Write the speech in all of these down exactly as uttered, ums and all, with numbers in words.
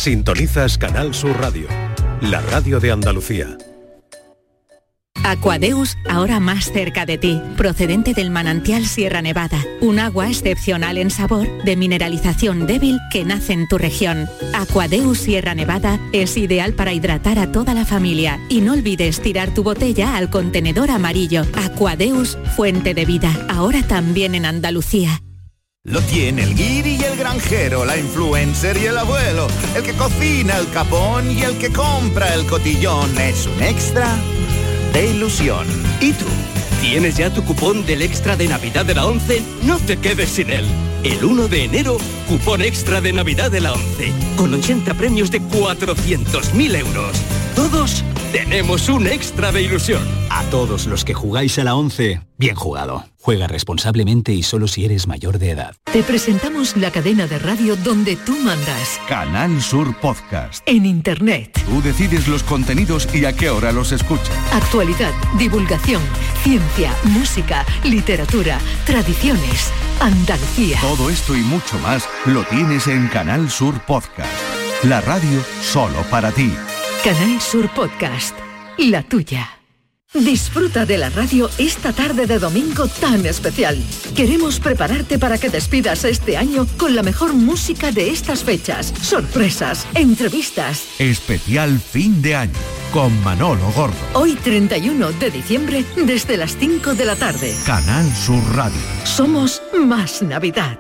Sintonizas Canal Sur Radio, la radio de Andalucía. Aquadeus, ahora más cerca de ti, procedente del manantial Sierra Nevada, un agua excepcional en sabor, de mineralización débil que nace en tu región. Aquadeus Sierra Nevada es ideal para hidratar a toda la familia y no olvides tirar tu botella al contenedor amarillo. Aquadeus, fuente de vida, ahora también en Andalucía. Lo tiene el guiri y el granjero, la influencer y el abuelo, el que cocina el capón y el que compra el cotillón. Es un extra de ilusión. ¿Y tú? ¿Tienes ya tu cupón del extra de Navidad de la ONCE? No te quedes sin él. El uno de enero, cupón extra de Navidad de la ONCE, con ochenta premios de cuatrocientos mil euros. Todos tenemos un extra de ilusión. A todos los que jugáis a la ONCE, bien jugado. Juega responsablemente y solo si eres mayor de edad. Te presentamos la cadena de radio donde tú mandas. Canal Sur Podcast. En Internet. Tú decides los contenidos y a qué hora los escuchas. Actualidad, divulgación, ciencia, música, literatura, tradiciones, Andalucía. Todo esto y mucho más lo tienes en Canal Sur Podcast. La radio solo para ti. Canal Sur Podcast. La tuya. Disfruta de la radio esta tarde de domingo tan especial. Queremos prepararte para que despidas este año con la mejor música de estas fechas, sorpresas, entrevistas. Especial fin de año con Manolo Gordo. Hoy treinta y uno de diciembre desde las cinco de la tarde. Canal Sur Radio. Somos más Navidad.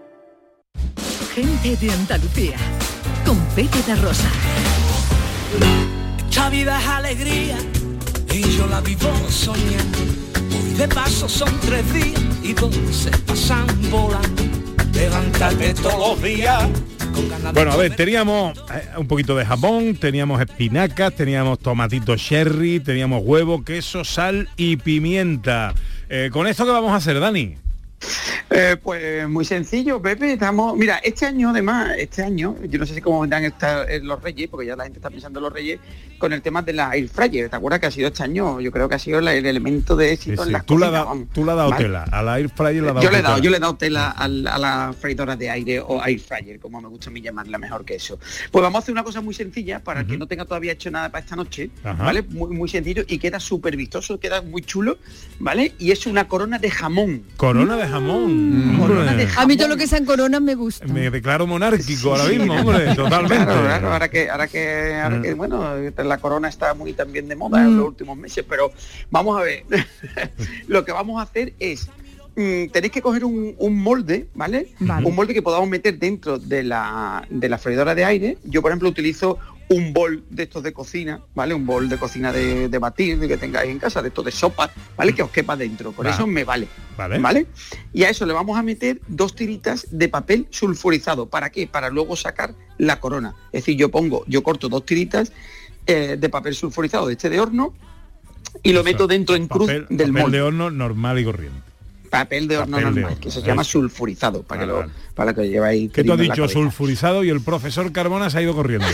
Gente de Andalucía con Pepe da Rosa. Esta vida es alegría y yo la vivo soñando. Hoy de paso son tres días y dos se pasan volando. Levantarte todos los días. Bueno, a ver, teníamos un poquito de jamón, teníamos espinacas, teníamos tomatito cherry, teníamos huevo, queso, sal y pimienta. Eh, ¿Con esto qué vamos a hacer, Dani? Eh, pues muy sencillo, Pepe. Estamos, mira, este año además, este año, yo no sé si cómo vendrán estar los Reyes, porque ya la gente está pensando en los Reyes, con el tema de la air fryer. ¿Te acuerdas que ha sido este año? Yo creo que ha sido la, el elemento de éxito sí, sí. en las tú cocinas. La da, tú le has dado ¿vale? tela, a la air fryer le has dado yo le he dado, tela. Yo le he dado tela a, a la freidora de aire o air fryer, como me gusta a mí llamarla mejor que eso. Pues vamos a hacer una cosa muy sencilla para uh-huh. que no tenga todavía hecho nada para esta noche, Ajá. ¿vale? Muy, muy sencillo y queda súper vistoso, queda muy chulo, ¿vale? Y es una corona de jamón. Corona de jamón. Mm. Corona de jamón. A mí todo lo que sean coronas me gusta. Me declaro monárquico sí, ahora mismo, hombre, totalmente. Claro, claro, ahora que, ahora que, ahora que bueno, la corona está muy también de moda mm. en los últimos meses, pero vamos a ver. Lo que vamos a hacer es mm, tenéis que coger un, un molde, ¿vale? ¿vale? Un molde que podamos meter dentro de la, de la freidora de aire. Yo, por ejemplo, utilizo un bol de estos de cocina, ¿vale? Un bol de cocina de, de batir que tengáis en casa, de estos de sopa, ¿vale? Que os quepa dentro, por vale. eso me vale, vale, ¿vale? Y a eso le vamos a meter dos tiritas de papel sulfurizado. ¿Para qué? Para luego sacar la corona. Es decir, yo pongo, yo corto dos tiritas eh, de papel sulfurizado de este de horno y lo meto dentro en cruz papel, del papel molde. de horno normal y corriente. Papel de horno papel normal, de horno, que se eso. llama sulfurizado, para vale, que lo vale. para que lleváis. ¿Qué tú has dicho? Sulfurizado y el profesor Carmona se ha ido corriendo.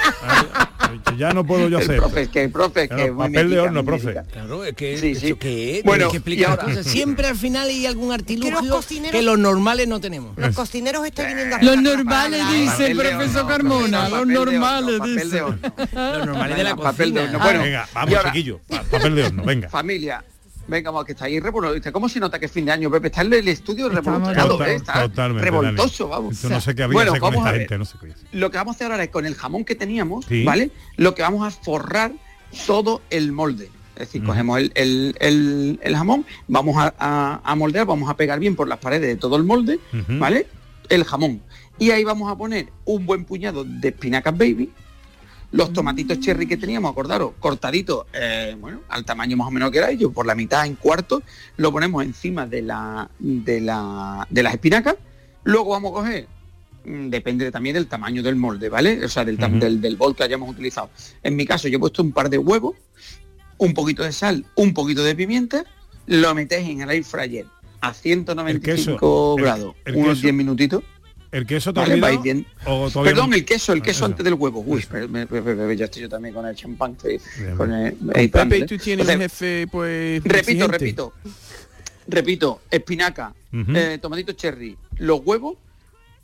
Ya no puedo yo el hacer. Profe, que el profe, claro, que papel médica, de horno, médica. profe. Claro, es que sí, sí. ¿eso qué es? Bueno, que explicar cosas. Siempre al final hay algún artilugio que, cocineros... que los normales no tenemos. Los cocineros están viniendo a Los normales, dice el profesor Carmona. Los normales, dice. Los normales de la papel de cocina. horno. Bueno, venga, vamos, chiquillo. Papel de horno, venga. Familia. Venga, vamos, que está ahí revolucionado. ¿Cómo se nota que es fin de año, Pepe? Está en el estudio revolucionado, total, ¿eh? Está totalmente, revoltoso, Dani. vamos. Yo no sé qué habría bueno, que hacer con esta a gente, no sé qué. Lo que vamos a hacer ahora es con el jamón que teníamos, ¿Sí? ¿vale? Lo que vamos a forrar todo el molde. Es decir, mm. cogemos el, el, el, el jamón, vamos a, a, a moldear, vamos a pegar bien por las paredes de todo el molde, uh-huh. ¿vale? El jamón. Y ahí vamos a poner un buen puñado de espinacas baby, los tomatitos cherry que teníamos, acordaros, cortaditos, eh, bueno, al tamaño más o menos que queráis, yo por la mitad en cuartos, lo ponemos encima de la de la de las espinacas. Luego vamos a coger, depende también del tamaño del molde, ¿vale? O sea, del, uh-huh. del, del bol que hayamos utilizado. En mi caso yo he puesto un par de huevos, un poquito de sal, un poquito de pimienta, lo metéis en el air fryer a ciento noventa y cinco grados, el, el unos diez minutitos. ¿El queso vale, todavía? Bien. ¿O todavía Perdón, no? el queso, el queso ah, antes del huevo. Uy, pero, me, me, me, me, ya estoy yo también con el champán. Bien, con el, el Pepe, y tú tienes un jefe, pues... Repito, exigente. repito. Repito, espinaca, uh-huh. eh, tomatito cherry, los huevos,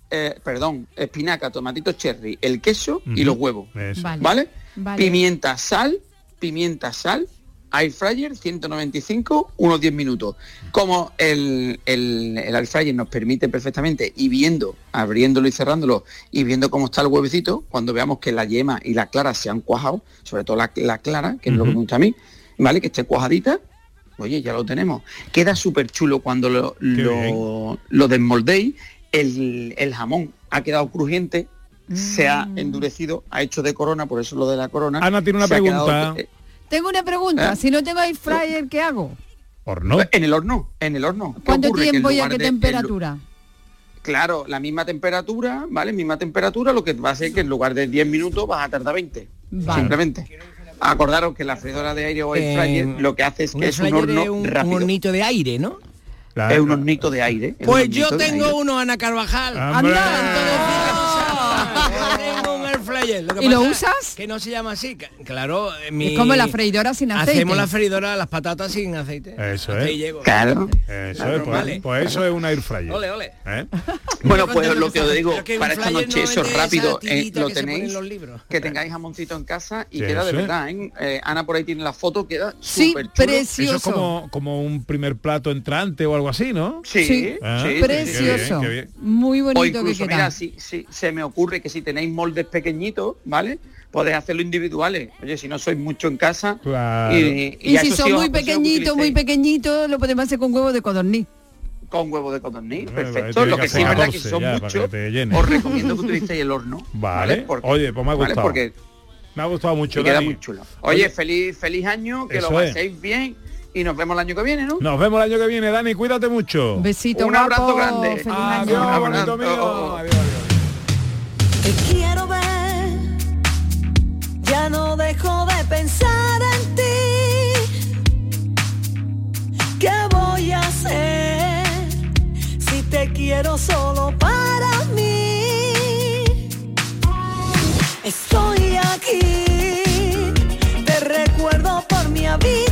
eh, perdón, espinaca, tomatito cherry, el queso uh-huh. y los huevos. Eso. Vale. ¿Vale? Vale. Pimienta, sal, pimienta, sal, air fryer, ciento noventa y cinco, unos diez minutos. Como el, el, el air fryer nos permite perfectamente ir viendo, abriéndolo y cerrándolo, y viendo cómo está el huevecito, cuando veamos que la yema y la clara se han cuajado, sobre todo la, la clara, que uh-huh. es lo que me gusta a mí, ¿vale? Que esté cuajadita, oye, ya lo tenemos. Queda súper chulo cuando lo, lo, lo desmoldéis, el, el jamón ha quedado crujiente, mm. se ha endurecido, ha hecho de corona, por eso lo de la corona. Ana tiene una pregunta. Quedado, eh, tengo una pregunta, ¿eh? Si no tengo air fryer, ¿qué hago? ¿Horno? En el horno, en el horno. ¿Cuánto tiempo y a qué de, temperatura? El, claro, la misma temperatura, ¿vale? Misma temperatura, lo que va a ser que en lugar de diez minutos vas a tardar veinte. Vale. Simplemente. Acordaros que la freidora de aire o air fryer eh, lo que hace es que es un horno un, rápido. Un hornito de aire, ¿no? Claro. Es un hornito de aire. Pues yo tengo uno, Ana Carvajal. ¿Y lo usas? Que no se llama así, claro. Mi... Es como la freidora sin aceite. Hacemos la freidora, las patatas sin aceite. Eso es. Llego. Claro. Eso es, pues, vale. Pues eso es un air fryer. Ole, ole. ¿Eh? Bueno, pues lo que os digo, para esta noche eso rápido, eh, lo tenéis, que tengáis jamoncito en casa y sí, queda de verdad, ¿eh? Eh, Ana por ahí tiene la foto, queda sí, súper chulo. Precioso. Eso es como, como un primer plato entrante o algo así, ¿no? Sí, sí. Ah, sí precioso. Qué bien, qué bien. Muy bonito. O incluso, que queda. Mira, si, si, se me ocurre que si tenéis moldes pequeñitos, ¿vale? Podéis hacerlo individuales. Oye, si no sois mucho en casa. Claro. Y, y, y si son muy pequeñitos, muy pequeñitos, lo podemos hacer con huevo de codorniz. Con huevo de codorniz, bueno, perfecto. Lo que sí es verdad que son muchos, os recomiendo que utilicéis el horno. Vale. ¿Vale? Porque, Oye, pues me ha gustado. ¿Vale? Porque me ha gustado mucho. Queda muy chulo. Oye, Oye, feliz feliz año, que lo paséis es. bien. Y nos vemos el año que viene, ¿no? Nos vemos el año que viene, Dani, cuídate mucho. Un besito, un guapo. abrazo grande. Feliz adiós, año. bonito mío. Adiós, adiós. Te quiero ver, ya no dejo de pensar en ti. ¿Qué voy a hacer si te quiero solo para mí? Estoy aquí, te recuerdo por mi habitación.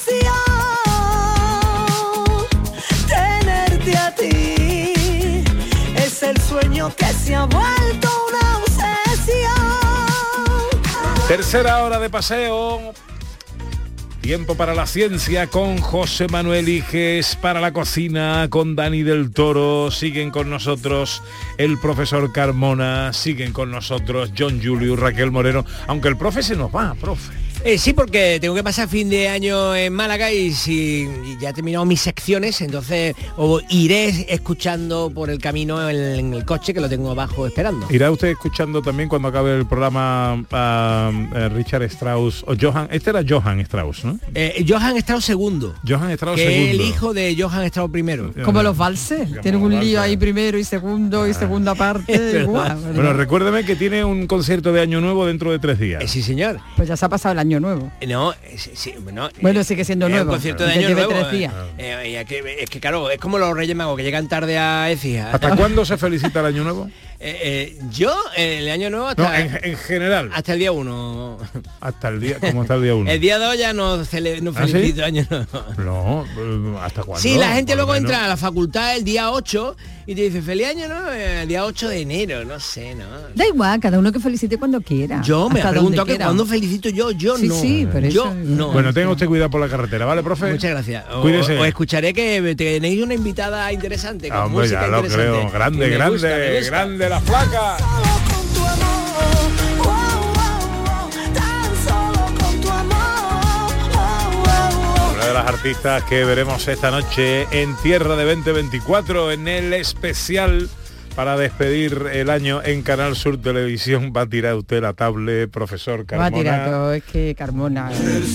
Tenerte a ti es el sueño que se ha vuelto una obsesión. Tercera hora de paseo. Tiempo para la ciencia con José Manuel Iges, para la cocina con Dani del Toro, siguen con nosotros el profesor Carmona, siguen con nosotros John Julius, Raquel Moreno, aunque el profe se nos va, profe. Eh, sí, porque tengo que pasar fin de año en Málaga y si y ya he terminado mis secciones, entonces o iré escuchando por el camino en, en el coche, que lo tengo abajo esperando. ¿Irá usted escuchando también cuando acabe el programa uh, uh, Richard Strauss o Johann? Este era Johann Strauss, ¿no? Eh, Johann Strauss segundo. Johann Strauss que segundo. El hijo de Johann Strauss primero. Como los valses. Tienen un lío ahí primero y segundo y segunda parte. Igual, bueno, recuérdeme que tiene un concierto de Año Nuevo dentro de tres días. Eh, sí, señor. Pues ya se ha pasado el año nuevo. No, sí, sí, bueno, bueno, sigue siendo eh, nuevo. Un concierto de año nuevo. Tres días. Eh, eh, es que claro, es como los Reyes Magos que llegan tarde a Écija. ¿Hasta cuándo se felicita el año nuevo? Eh, eh, yo, eh, el año nuevo hasta... No, en, en general. Hasta el día uno. Hasta el día, ¿cómo está el día uno? El día dos ya no, cele, no felicito ¿Ah, sí? año nuevo. No, ¿hasta cuándo? Sí, la gente luego entra a la facultad el día ocho y te dice, feliz año, ¿no? El día ocho de enero, no sé, ¿no? Da igual, cada uno que felicite cuando quiera. Yo me pregunto que cuando felicito yo, yo sí, no. Sí, pero yo eso... no. Bueno, tenga usted cuidado por la carretera, ¿vale, profe? Muchas gracias. O, Cuídese. Os escucharé que tenéis una invitada interesante. Con ah, hombre, música ya lo interesante. creo. Grande, me grande, gusta, me gusta. grande las placas. Una de las artistas que veremos esta noche en Tierra de veinte veinticuatro en el especial para despedir el año en Canal Sur Televisión. Va a tirar usted la tablet, profesor Carmona. Va a tirar todo, es que Carmona.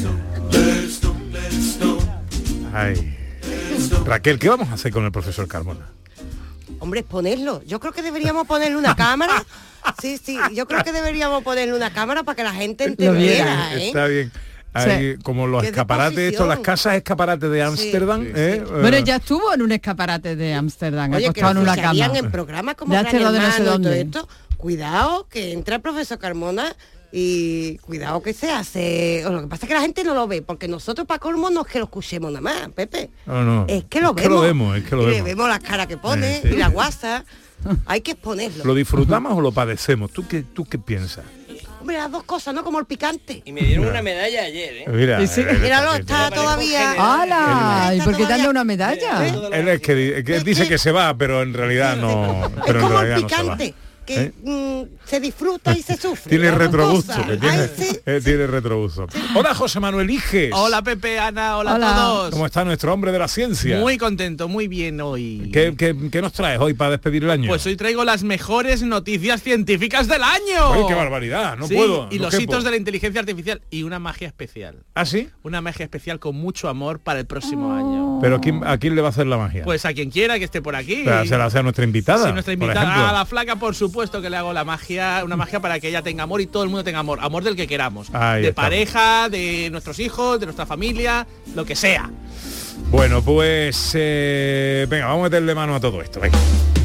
Ay. Raquel, ¿qué vamos a hacer con el profesor Carmona? Hombre, ponerlo. Yo creo que deberíamos ponerle una cámara. Sí, sí, yo creo que deberíamos ponerle una cámara para que la gente entendiera, ¿eh? Está bien. Hay, sí. Como los escaparates, esto, las casas escaparates de Ámsterdam. Sí, sí, ¿eh? sí. Bueno, ya estuvo en un escaparate de Ámsterdam, acostado en una cama. En programas como Gran Hermano, no sé dónde. Todo esto, cuidado, que entra el profesor Carmona y cuidado que se hace. Lo que pasa es que la gente no lo ve, porque nosotros para colmo no es que lo escuchemos nada más, Pepe. No, no. Es que lo es vemos. Que lo vemos, es que lo y vemos. le vemos las caras que pone, sí, sí. y la guasa. Hay que exponerlo. ¿Lo disfrutamos o lo padecemos? ¿Tú qué, tú qué piensas? Hombre, las dos cosas, ¿no? Como el picante. Y me dieron una medalla ayer, ¿eh? Mira, Sí, él- míralo, él- está todavía... ¡Hala! ¿Y por qué te han dado una medalla? Él es que, di- que dice que se va, pero en realidad no. Pero en Como el realidad no se va. picante, que ¿Eh? mm, se disfruta y se sufre. Tiene las dos retrogusto, cosas. que tiene, Ay, sí. eh, tiene retrogusto. Hola José Manuel Iges. Hola Pepe, Ana, hola, Hola. a todos. ¿Cómo está nuestro hombre de la ciencia? Muy contento, muy bien hoy. ¿Qué, qué, qué nos traes hoy para despedir el año? Pues hoy traigo las mejores noticias científicas del año. Oye, qué barbaridad, no Sí, puedo. Y no los quepo. hitos de la inteligencia artificial y una magia especial. ¿Ah, sí? Una magia especial con mucho amor para el próximo año. ¿Pero quién, a quién le va a hacer la magia? Pues a quien quiera que esté por aquí. Pero se la hace a nuestra invitada. Sí, nuestra por invitada ejemplo. a la flaca, por supuesto que le hago la magia, una magia para que ella tenga amor y todo el mundo tenga amor, amor del que queramos, Ahí de estamos. pareja, de nuestros hijos, de nuestra familia, lo que sea. Bueno, pues eh, venga, vamos a meterle mano a todo esto. Venga.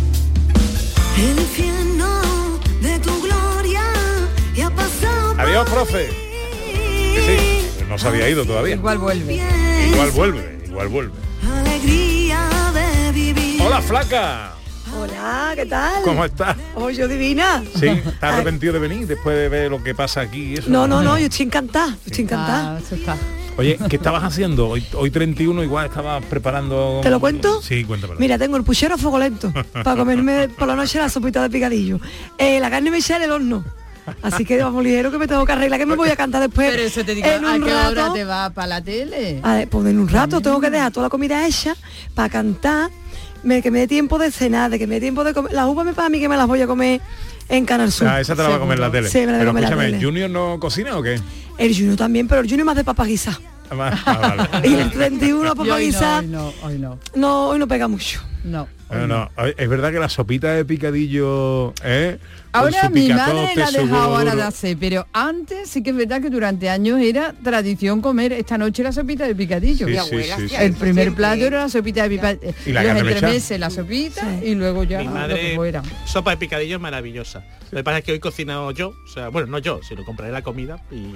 El infierno de tu gloria y ha pasado. Adiós, profe. Que sí, no se había ido todavía. Igual vuelve. Igual vuelve, igual vuelve. Alegría de vivir. Hola, flaca. Hola, ¿qué tal? ¿Cómo estás? Oh, yo divina. Sí, ¿estás arrepentido de venir después de ver lo que pasa aquí y eso? No, no, no, yo estoy encantada, yo estoy encantada. Ah, eso está. Oye, ¿qué estabas haciendo? Hoy, hoy treinta y uno igual estabas preparando... ¿Te lo cuento? Sí, cuéntamelo. Mira, tengo el puchero a fuego lento para comerme por la noche la sopita de picadillo. Eh, la carne me echa en el horno. Así que vamos ligero que me tengo que arreglar, que me voy a cantar después. Pero eso te digo, en ¿a un qué hora rato. te va para la tele? A ver, pues en un rato tengo que dejar toda la comida hecha para cantar, me, que me dé tiempo de cenar, de que me dé tiempo de comer. Las uvas me para mí que me las voy a comer en Canal Sur. Ah, esa te la va a comer la tele. Sí, me la voy a Pero comer la escúchame, tele. ¿Junior no cocina o qué? El Junior también, pero el Junior más de papa guisa. Ah, vale. Y el treinta y uno Y papa hoy no, guisa. hoy no, hoy no. No, hoy no pega mucho. No. No, no, es verdad que la sopita de picadillo, ¿eh? Con Ahora su mi picatote, madre la ha su dejado huevo ahora de duro. hacer, pero antes sí que es verdad que durante años era tradición comer esta noche la sopita de picadillo. Sí, Mi sí, abuela sí, hacía El eso primer siempre. plato era la sopita de picadillo. Y la los carne mechada. entremeses, la sopita y luego ya Mi lo madre, que fuera. sopa de picadillo es maravillosa. Lo que pasa es que hoy he cocinado yo, o sea, bueno, no yo, sino compraré la comida y...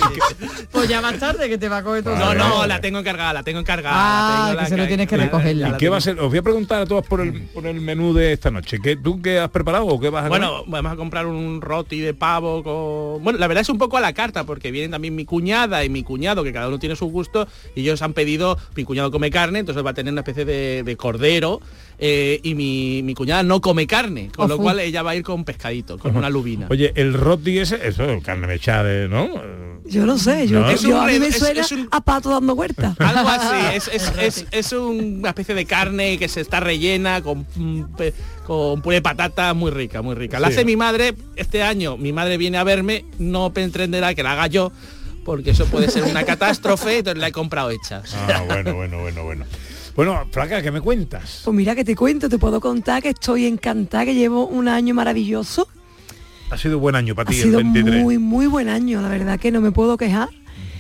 Pues ya más tarde que te va a comer todo. No, eso. no, la tengo encargada, la tengo encargada. Ah, la tengo que la se lo ca- tienes que la- recogerla. ¿Y la qué va a tengo. ser? Os voy a preguntar a todos por el, por el menú de esta noche. ¿Qué, ¿Tú qué has preparado o qué vas a comer? Bueno, vamos a comprar un roti de pavo con... Bueno, la verdad es un poco a la carta, porque vienen también mi cuñada y mi cuñado, que cada uno tiene su gusto, y ellos han pedido, mi cuñado come carne, entonces va a tener una especie de, de cordero, eh, y mi, mi cuñada no come carne, con lo Ofu. cual ella va a ir con pescadito, con una lubina. Oye, el roti ese, eso es carne mechada, de- ¿no? Yo no sé, yo, ¿No? yo Es un a mí red- me es- suena es un- a pato dando vueltas. Algo así, es, es, es, es una especie de carne que se está rellena con, mm, pe- con puré de patata muy rica, muy rica. La Sí. hace mi madre, este año mi madre viene a verme, no pretenderá que la haga yo, porque eso puede ser una catástrofe, entonces la he comprado hecha. Ah, bueno, bueno, bueno, bueno. Bueno, flaca, ¿qué me cuentas? Pues mira que te cuento, te puedo contar que estoy encantada, que llevo un año maravilloso. Ha sido un buen año para Ha ti, el sido veintitrés. muy, muy buen año, la verdad que no me puedo quejar.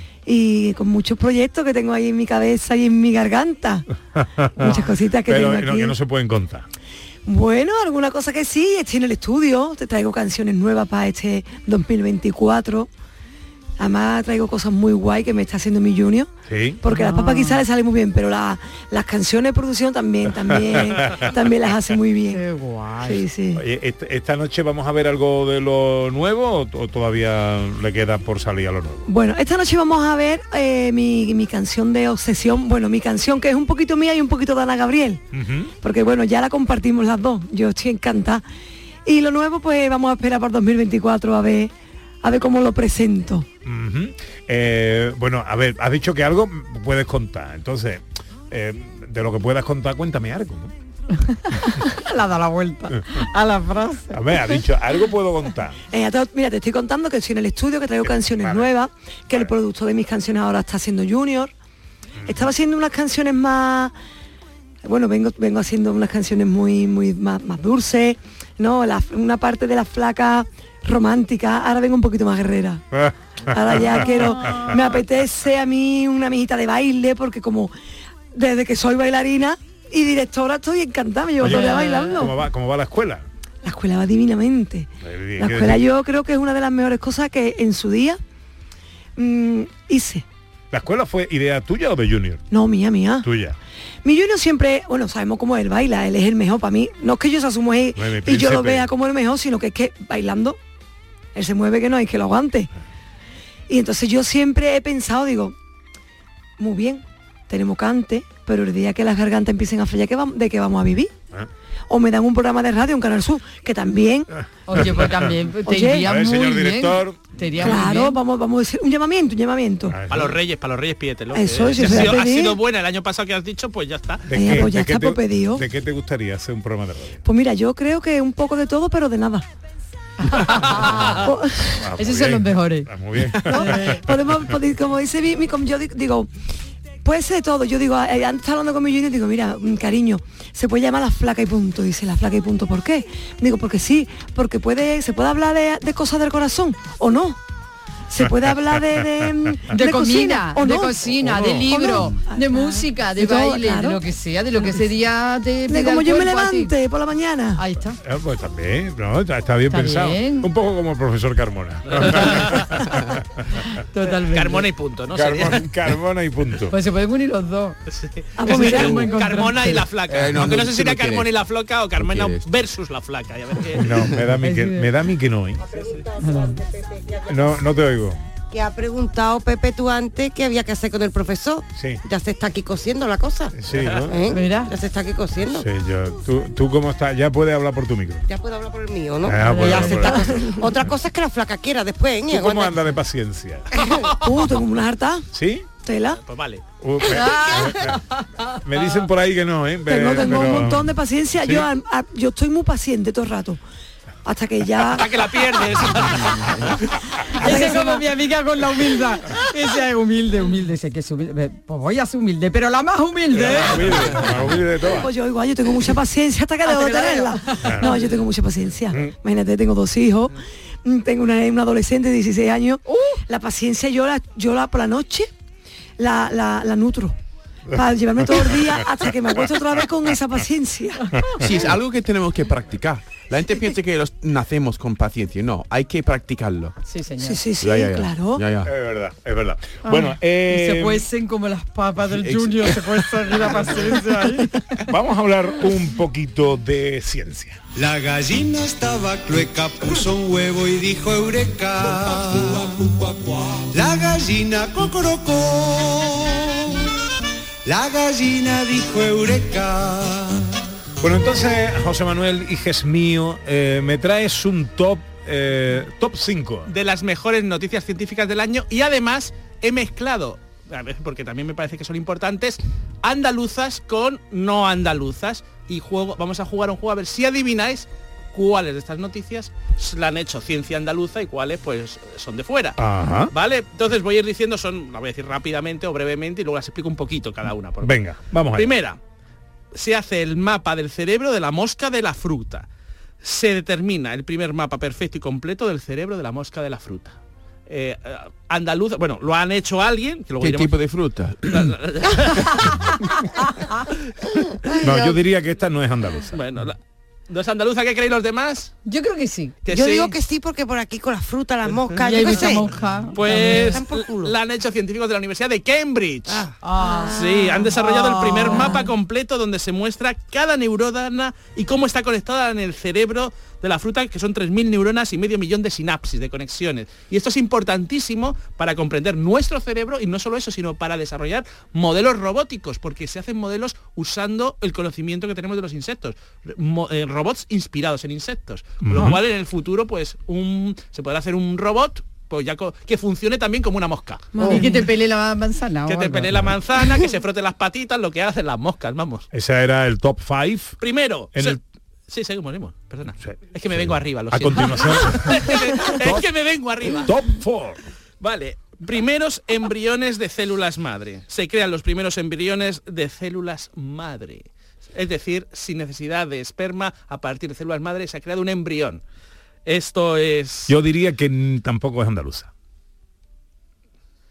Y con muchos proyectos que tengo ahí en mi cabeza y en mi garganta. Muchas cositas que Pero tengo no, aquí. que no se pueden contar. Bueno, alguna cosa que sí, estoy en el estudio, te traigo canciones nuevas para este dos mil veinticuatro. Además traigo cosas muy guay que me está haciendo mi Junior. Sí. Porque las papas quizás le salen muy bien, pero la- las canciones de producción también, también, también las hace muy bien. Qué guay. Sí, sí. Oye, esta, esta noche vamos a ver algo de lo nuevo o, o todavía le queda por salir a lo nuevo. Bueno, esta noche vamos a ver eh, mi, mi canción de obsesión, bueno, mi canción que es un poquito mía y un poquito de Ana Gabriel, Ujú. porque bueno, ya la compartimos las dos, yo estoy encantada. Y lo nuevo pues vamos a esperar para dos mil veinticuatro a ver, a ver cómo lo presento. Ujú. Eh, bueno, a ver, has dicho que algo puedes contar. Entonces, eh, de lo que puedas contar, cuéntame algo, ¿no? La da la vuelta a la frase. A ver, has dicho, algo puedo contar. Eh, te- mira, te estoy contando que estoy en el estudio, que traigo canciones nuevas, que el productor de mis canciones ahora está haciendo Junior. Estaba haciendo unas canciones más, bueno, vengo, vengo haciendo unas canciones muy, muy más, más dulces, ¿no? La- una parte de la flaca romántica, ahora vengo un poquito más guerrera. Ahora ya quiero, me apetece a mí una mijita de baile, porque como desde que soy bailarina y directora estoy encantada, me llevo Oye, todo el día bailando. ¿Cómo va, cómo va la escuela? La escuela va divinamente. Eh, La quiero escuela decir- yo creo que es una de las mejores cosas que en su día mm, hice. ¿La escuela fue idea tuya o de Junior? No, mía, mía. Tuya. Mi Junior siempre, bueno, sabemos cómo él baila, él es el mejor para mí. No es que yo se asumo y, Bueno, mi y yo príncipe. lo vea como el mejor, sino que es que bailando, él se mueve que no hay que lo aguante. Y entonces yo siempre he pensado, digo, muy bien, tenemos cante, pero el día que las gargantas empiecen a fallar, ¿qué vamos- ¿de qué vamos a vivir? ¿Eh? O me dan un programa de radio en Canal Sur, que también... Oye, pues también te Oye, iría A ver, muy señor bien. director. Te iría muy Claro, bien. vamos, vamos a decir un llamamiento, un llamamiento. Para los reyes, para los reyes pídetelo. Eso, que si ha, se sido, va a ha pedir. sido buena el año pasado que has dicho, pues ya está. ¿De Venga, qué, pues ya de qué está, te, pues pedido. ¿De qué te gustaría hacer un programa de radio? Pues mira, yo creo que un poco de todo, pero de nada. Ah, muy Esos son bien. los mejores. Ah, muy bien. ¿No? Podemos, pode- como dice mi, mi- como yo di- digo, puede ser de todo. Yo digo, eh, antes estaba hablando con mi Junior, digo, mira, mm, cariño, se puede llamar La Flaca y punto. Dice, La Flaca y punto, ¿por qué? Digo, porque sí, porque puede, se puede hablar de, de cosas del corazón, o no. Se puede hablar de de, De, comida, o de no. cocina, O de no. libro, O no. de música, de, De todo, baile, claro. de lo que sea, de lo que ese día te De pida como el yo me cuerpo a ti. levante por la mañana. Ahí está. Ah, pues también, no, está, está bien Está pensado. bien. Un poco como el profesor Carmona. Totalmente. Carmona y punto, ¿no? Carmona, Sería- Carmona y punto. Pues se pueden unir los dos. Ah, pues mira. Es un buen Carmona contraste. y la flaca. Eh, no, Aunque no, no, sé si tú no era Carmona quieres. y la flaca o Carmona quieres. versus la flaca. Y a ver qué- No, me da a mí que, me da a mí que no, ¿eh? No, no te oigo. Que ha preguntado Pepe tú antes qué había que hacer con el profesor. Sí. Ya se está aquí cosiendo la cosa. Sí, ¿no? ¿Eh? Mira. Ya se está aquí cosiendo. Sí, yo, tú, tú cómo estás, ya puedes hablar por tu micro. Ya puedo hablar por el mío, ¿no? Ah, pues, Ya pues, se está pues. cosiendo. Otra cosa es que la flaca quiera después, ¿eh? ¿Tú cómo Aguanta- andas de paciencia? Uh, tengo una harta. ¿Sí? Tela. Pues vale. Uh, me, me- me dicen por ahí que no, ¿eh? Tengo, Pero- tengo un pero- montón de paciencia. ¿Sí? Yo, a- a- yo estoy muy paciente todo el rato. Hasta que ya... Hasta que la pierdes. Ese es como mi amiga con la humildad. Ese es humilde, humilde. Ese que es humilde. Pues voy a ser humilde, pero la más humilde. La humilde, la humilde de todas. Pues yo igual, yo tengo mucha paciencia hasta que Hasta debo que la tenerla. No, yo tengo mucha paciencia. Imagínate, tengo dos hijos, mm, tengo una, una adolescente de dieciséis años. La paciencia yo la, yo la por la noche la, la, la nutro. Para llevarme todo el día hasta que me acuesto otra vez con esa paciencia. Sí, es algo que tenemos que practicar. La gente piensa que los nacemos con paciencia. No, hay que practicarlo. Sí, señor. Sí, sí, sí, Ya, ya, ya. claro. Ya, ya. Es verdad, es verdad. Ay, Bueno, eh, y se cuecen como las papas del ex- Junior, se cuecen aquí la paciencia ahí. vamos a hablar un poquito de ciencia. La gallina estaba clueca, puso un huevo y dijo eureka. La gallina cocorocó. La gallina dijo eureka. Bueno, entonces, José Manuel, hijes mío, eh, me traes un top eh, top cinco. De las mejores noticias científicas del año y además he mezclado, a ver, porque también me parece que son importantes, andaluzas con no andaluzas y juego, vamos a jugar un juego a ver si adivináis cuáles de estas noticias la han hecho ciencia andaluza y cuáles pues son de fuera. Ajá. ¿Vale? Entonces voy a ir diciendo, son, la voy a decir rápidamente o brevemente y luego las explico un poquito cada una. Por Venga, vamos a Primera, se hace el mapa del cerebro de la mosca de la fruta. Se determina el primer mapa perfecto y completo del cerebro de la mosca de la fruta. Eh, eh, andaluz, bueno, lo han hecho alguien. Que luego ¿Qué diremos- tipo de fruta? No, yo diría que esta no es andaluza. Bueno, la- ¿no es andaluza? ¿Qué creen los demás? Yo creo que sí. Que Yo sí. digo que sí porque por aquí con las frutas, las moscas, Y hay yo qué mucha sé. mosca. Pues Están por culo. la han hecho científicos de la Universidad de Cambridge. Ah. Sí, han desarrollado el primer Ah. mapa completo donde se muestra cada neurona y cómo está conectada en el cerebro de la fruta, que son tres mil neuronas y medio millón de sinapsis, de conexiones. Y esto es importantísimo para comprender nuestro cerebro y no solo eso, sino para desarrollar modelos robóticos, porque se hacen modelos usando el conocimiento que tenemos de los insectos. Mo- eh, robots inspirados en insectos. Con lo Ujú. cual en el futuro pues un, se podrá hacer un robot pues ya co- que funcione también como una mosca. Y que te pele la manzana. Que o te algo. pelee la manzana, que se frote las patitas, lo que hacen las moscas, vamos. Ese era el top five. Primero, En se- el- sí, seguimos, seguimos, perdona. Sí, es que me sí. vengo arriba, lo A siento. continuación, es que me vengo arriba. top four. Vale, primeros embriones de células madre. Se crean los primeros embriones de células madre. Es decir, sin necesidad de esperma, a partir de células madre se ha creado un embrión. Esto es... Yo diría que mm, tampoco es andaluza.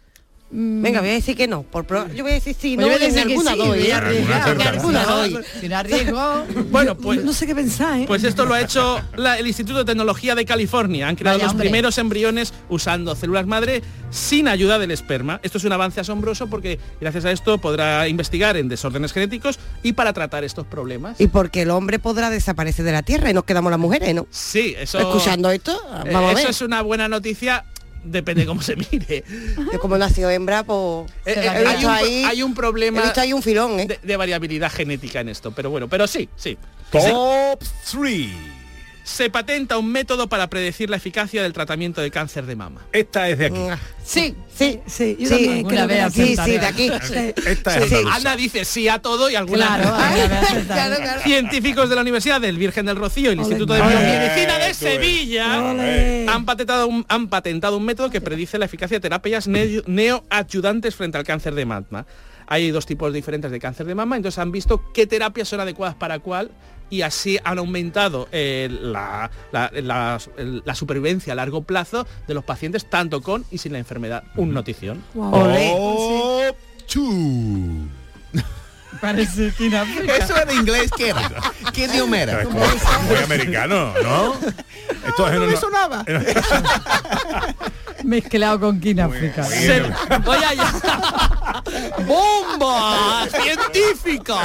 Venga, voy a decir que no. Por pro... Yo voy a decir sí, Pues no, yo voy a en decir que alguna sí, doy. voy a ¿eh? arriesgar, En alguna doy. Si no arriesgo. Bueno, pues no sé qué pensar, ¿eh? Pues esto lo ha hecho la- el Instituto de Tecnología de California. Han creado Vaya, los hombre. primeros embriones usando células madre sin ayuda del esperma. Esto es un avance asombroso porque gracias a esto podrá investigar en desórdenes genéticos y para tratar estos problemas. Y porque el hombre podrá desaparecer de la Tierra y nos quedamos las mujeres, ¿no? Sí, eso... Escuchando esto, eh, vamos a eso ver. es una buena noticia. Depende de cómo se mire. Yo como nació hembra, pues... Eh, he eh, hay, visto un, ahí- hay un problema he visto ahí un filón, ¿eh? de, de variabilidad genética en esto, pero bueno, pero sí, sí. Top tres. Se patenta un método para predecir la eficacia del tratamiento de cáncer de mama. Esta es de aquí. Sí, sí, sí. Yo Sí, también alguna creo que vez la sí, acertaré. sí, de aquí. Esta es Sí. andaluza. Ana dice sí a todo y alguna Claro, alguna vez acertaré. Claro, claro. Científicos de la Universidad del Virgen del Rocío y el Ole. Instituto de Ole. Biomedicina de Tú ves. Sevilla Ole. han patentado, un, han patentado un método que predice la eficacia de terapias neo- neoadyuvantes frente al cáncer de mama. Hay dos tipos diferentes de cáncer de mama, entonces han visto qué terapias son adecuadas para cuál y así han aumentado eh, la, la- la- el- la supervivencia a largo plazo de los pacientes tanto con y sin la enfermedad. Un notición. Wow. Olé. Top two. Parece que en África. Eso era inglés, ¿qué era? ¿Qué idioma Esto era? es como- muy americano, ¿no? Esto es en No me una- sonaba. Mezclado con Kináfrica. Muy Se- bien. Voy allá. ¡Bomba científica!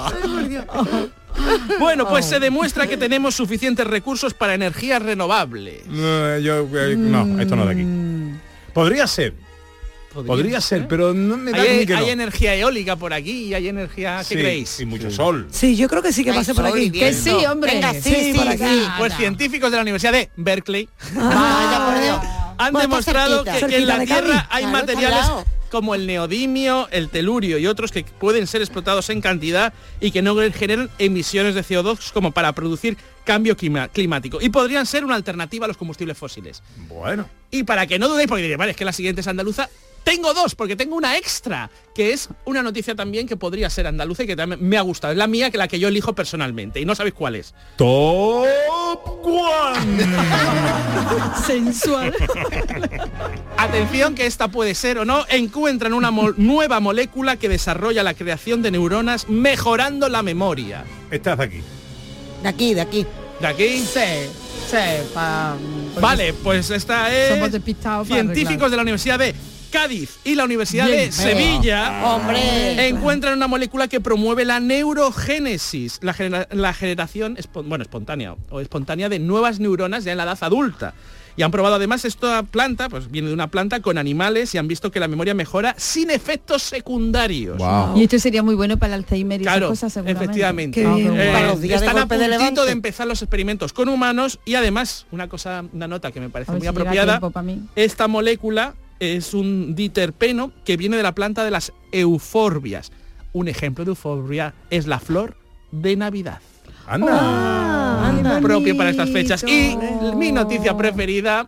Bueno, pues se demuestra que tenemos suficientes recursos para energía renovable. No, yo, eh, no, esto no es de aquí. Podría ser, podría ser, pero no me da a mí Hay, que no. hay energía eólica por aquí y hay energía, ¿qué Sí, creéis? y mucho sol. Sí, yo creo que sí que Ay, pase por sol y aquí. Que viento. sí, hombre. Venga, sí, Sí, sí, por aquí. sí. Pues científicos de la Universidad de Berkeley Vaya, por Dios. han Bueno, está demostrado que, cerquita. que en la Cerquita de Tierra Cádiz. hay Claro, está al materiales lado. como el neodimio, el telurio y otros que pueden ser explotados en cantidad y que no generan emisiones de C O dos como para producir cambio clima- climático y podrían ser una alternativa a los combustibles fósiles. Bueno, Y para que no dudéis, porque diréis, vale, es que la siguiente es andaluza, tengo dos, porque tengo una extra, que es una noticia también que podría ser andaluza y que también me ha gustado. Es la mía, que la que yo elijo personalmente, y no sabéis cuál es. top one. Sensual. Atención, que esta puede ser o no, encuentran una mo- nueva molécula que desarrolla la creación de neuronas mejorando la memoria. Esta es de aquí. De aquí, de aquí. ¿De aquí? Sí, sí, pa- Vale, pues esta Somos es despistados para científicos arreglar. de la Universidad de Cádiz y la Universidad Bien, de venga. Sevilla. Hombre. Encuentran una molécula que promueve la neurogénesis, la, genera- la generación espo- bueno, espontánea o espontánea de nuevas neuronas ya en la edad adulta. Y han probado además esta planta, pues viene de una planta con animales y han visto que la memoria mejora sin efectos secundarios. Wow. Y esto sería muy bueno para el Alzheimer y Claro, esas cosas, seguramente. efectivamente. Qué bien. Eh, Para los días de están a golpe de puntito levante. de empezar los experimentos con humanos y además, una cosa, una nota que me parece A ver muy si llega apropiada, tiempo pa' mí. esta molécula es un diterpeno que viene de la planta de las euforbias. Un ejemplo de euforbia es la flor de Navidad. Anda. Ah, Anda. Propio para estas fechas. Y mi noticia preferida,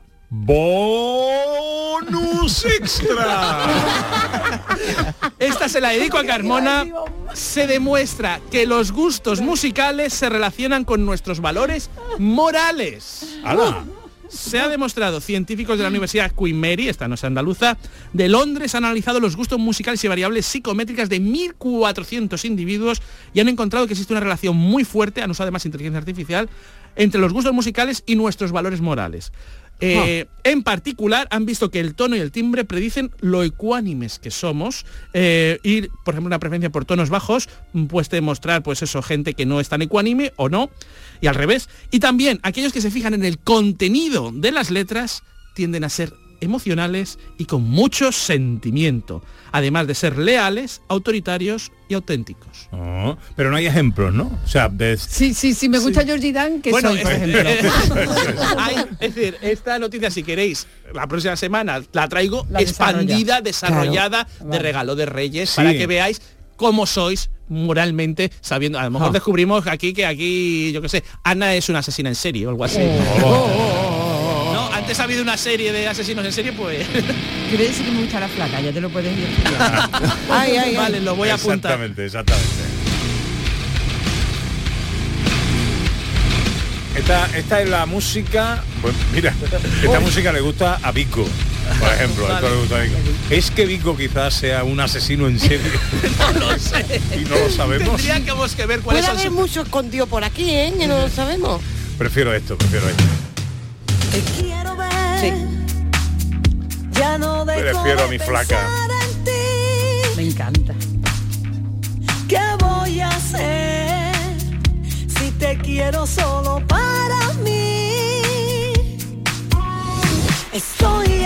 Bonus extra. esta se la dedico a Carmona, se demuestra que los gustos musicales se relacionan con nuestros valores morales. ¡Hala! Se ha demostrado, científicos de la Universidad Queen Mary, esta no es andaluza, de Londres han analizado los gustos musicales y variables psicométricas de mil cuatrocientos individuos y han encontrado que existe una relación muy fuerte, han usado además inteligencia artificial, entre los gustos musicales y nuestros valores morales. Eh, En particular, han visto que el tono y el timbre predicen lo ecuánimes que somos eh, y, por ejemplo, una preferencia por tonos bajos puede demostrar, pues eso, gente que no es tan ecuánime o no, y al revés. Y también aquellos que se fijan en el contenido de las letras tienden a ser emocionales y con mucho sentimiento, además de ser leales, autoritarios y auténticos. Oh, pero no hay ejemplos, ¿no? O sea, de... Sí, sí, sí, me gusta Georgie Dan, que Bueno, soy, por eh, ejemplo. Hay- es decir, esta noticia, si queréis, la próxima semana la traigo La expandida, desarrolla. desarrollada, de regalo de Reyes, Sí. para que veáis cómo sois moralmente, sabiendo, a lo mejor Ah. descubrimos aquí que aquí, yo qué sé, Ana es una asesina en serie o algo así. No, antes ha habido una serie de asesinos en serie, pues... Quiere decir que me gusta la flaca, ya te lo puedes ir. Ay, ay, ay. Vale, lo voy a apuntar. Exactamente, exactamente. Esta, esta es la música, pues mira, esta música le gusta a Vico. Por ejemplo, vale. ¿Es que Vico quizás sea un asesino en serie? No lo sé. Y no lo sabemos. Tendríamos que ver cuáles Puede son haber sus... mucho escondido por aquí, ¿eh? Que no lo sabemos. Prefiero esto, prefiero esto. Te quiero ver. Sí. Ya no dejo Prefiero a de mi flaca. en ti. Me encanta. ¿Qué voy a hacer si te quiero solo para mí? Estoy